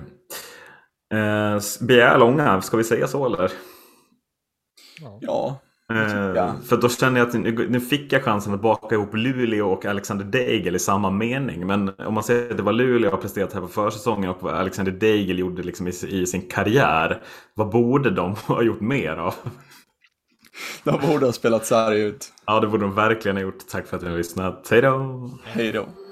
Speaker 1: Eh, vi är långa, ska vi säga så eller?
Speaker 3: Ja. ja.
Speaker 1: Eh, för då känner jag att nu, nu fick jag chansen att baka ihop Luleå och Alexander Deigel i samma mening. Men om man säger att det var Luleå har presterat här på försäsongen och vad Alexander Deigel gjorde liksom i, i sin karriär. Vad borde de ha gjort mer av?
Speaker 3: De borde ha spelat sarg ut.
Speaker 1: Ja, det borde de verkligen ha gjort. Tack för att ni har lyssnat. Hej då!
Speaker 3: Hej då!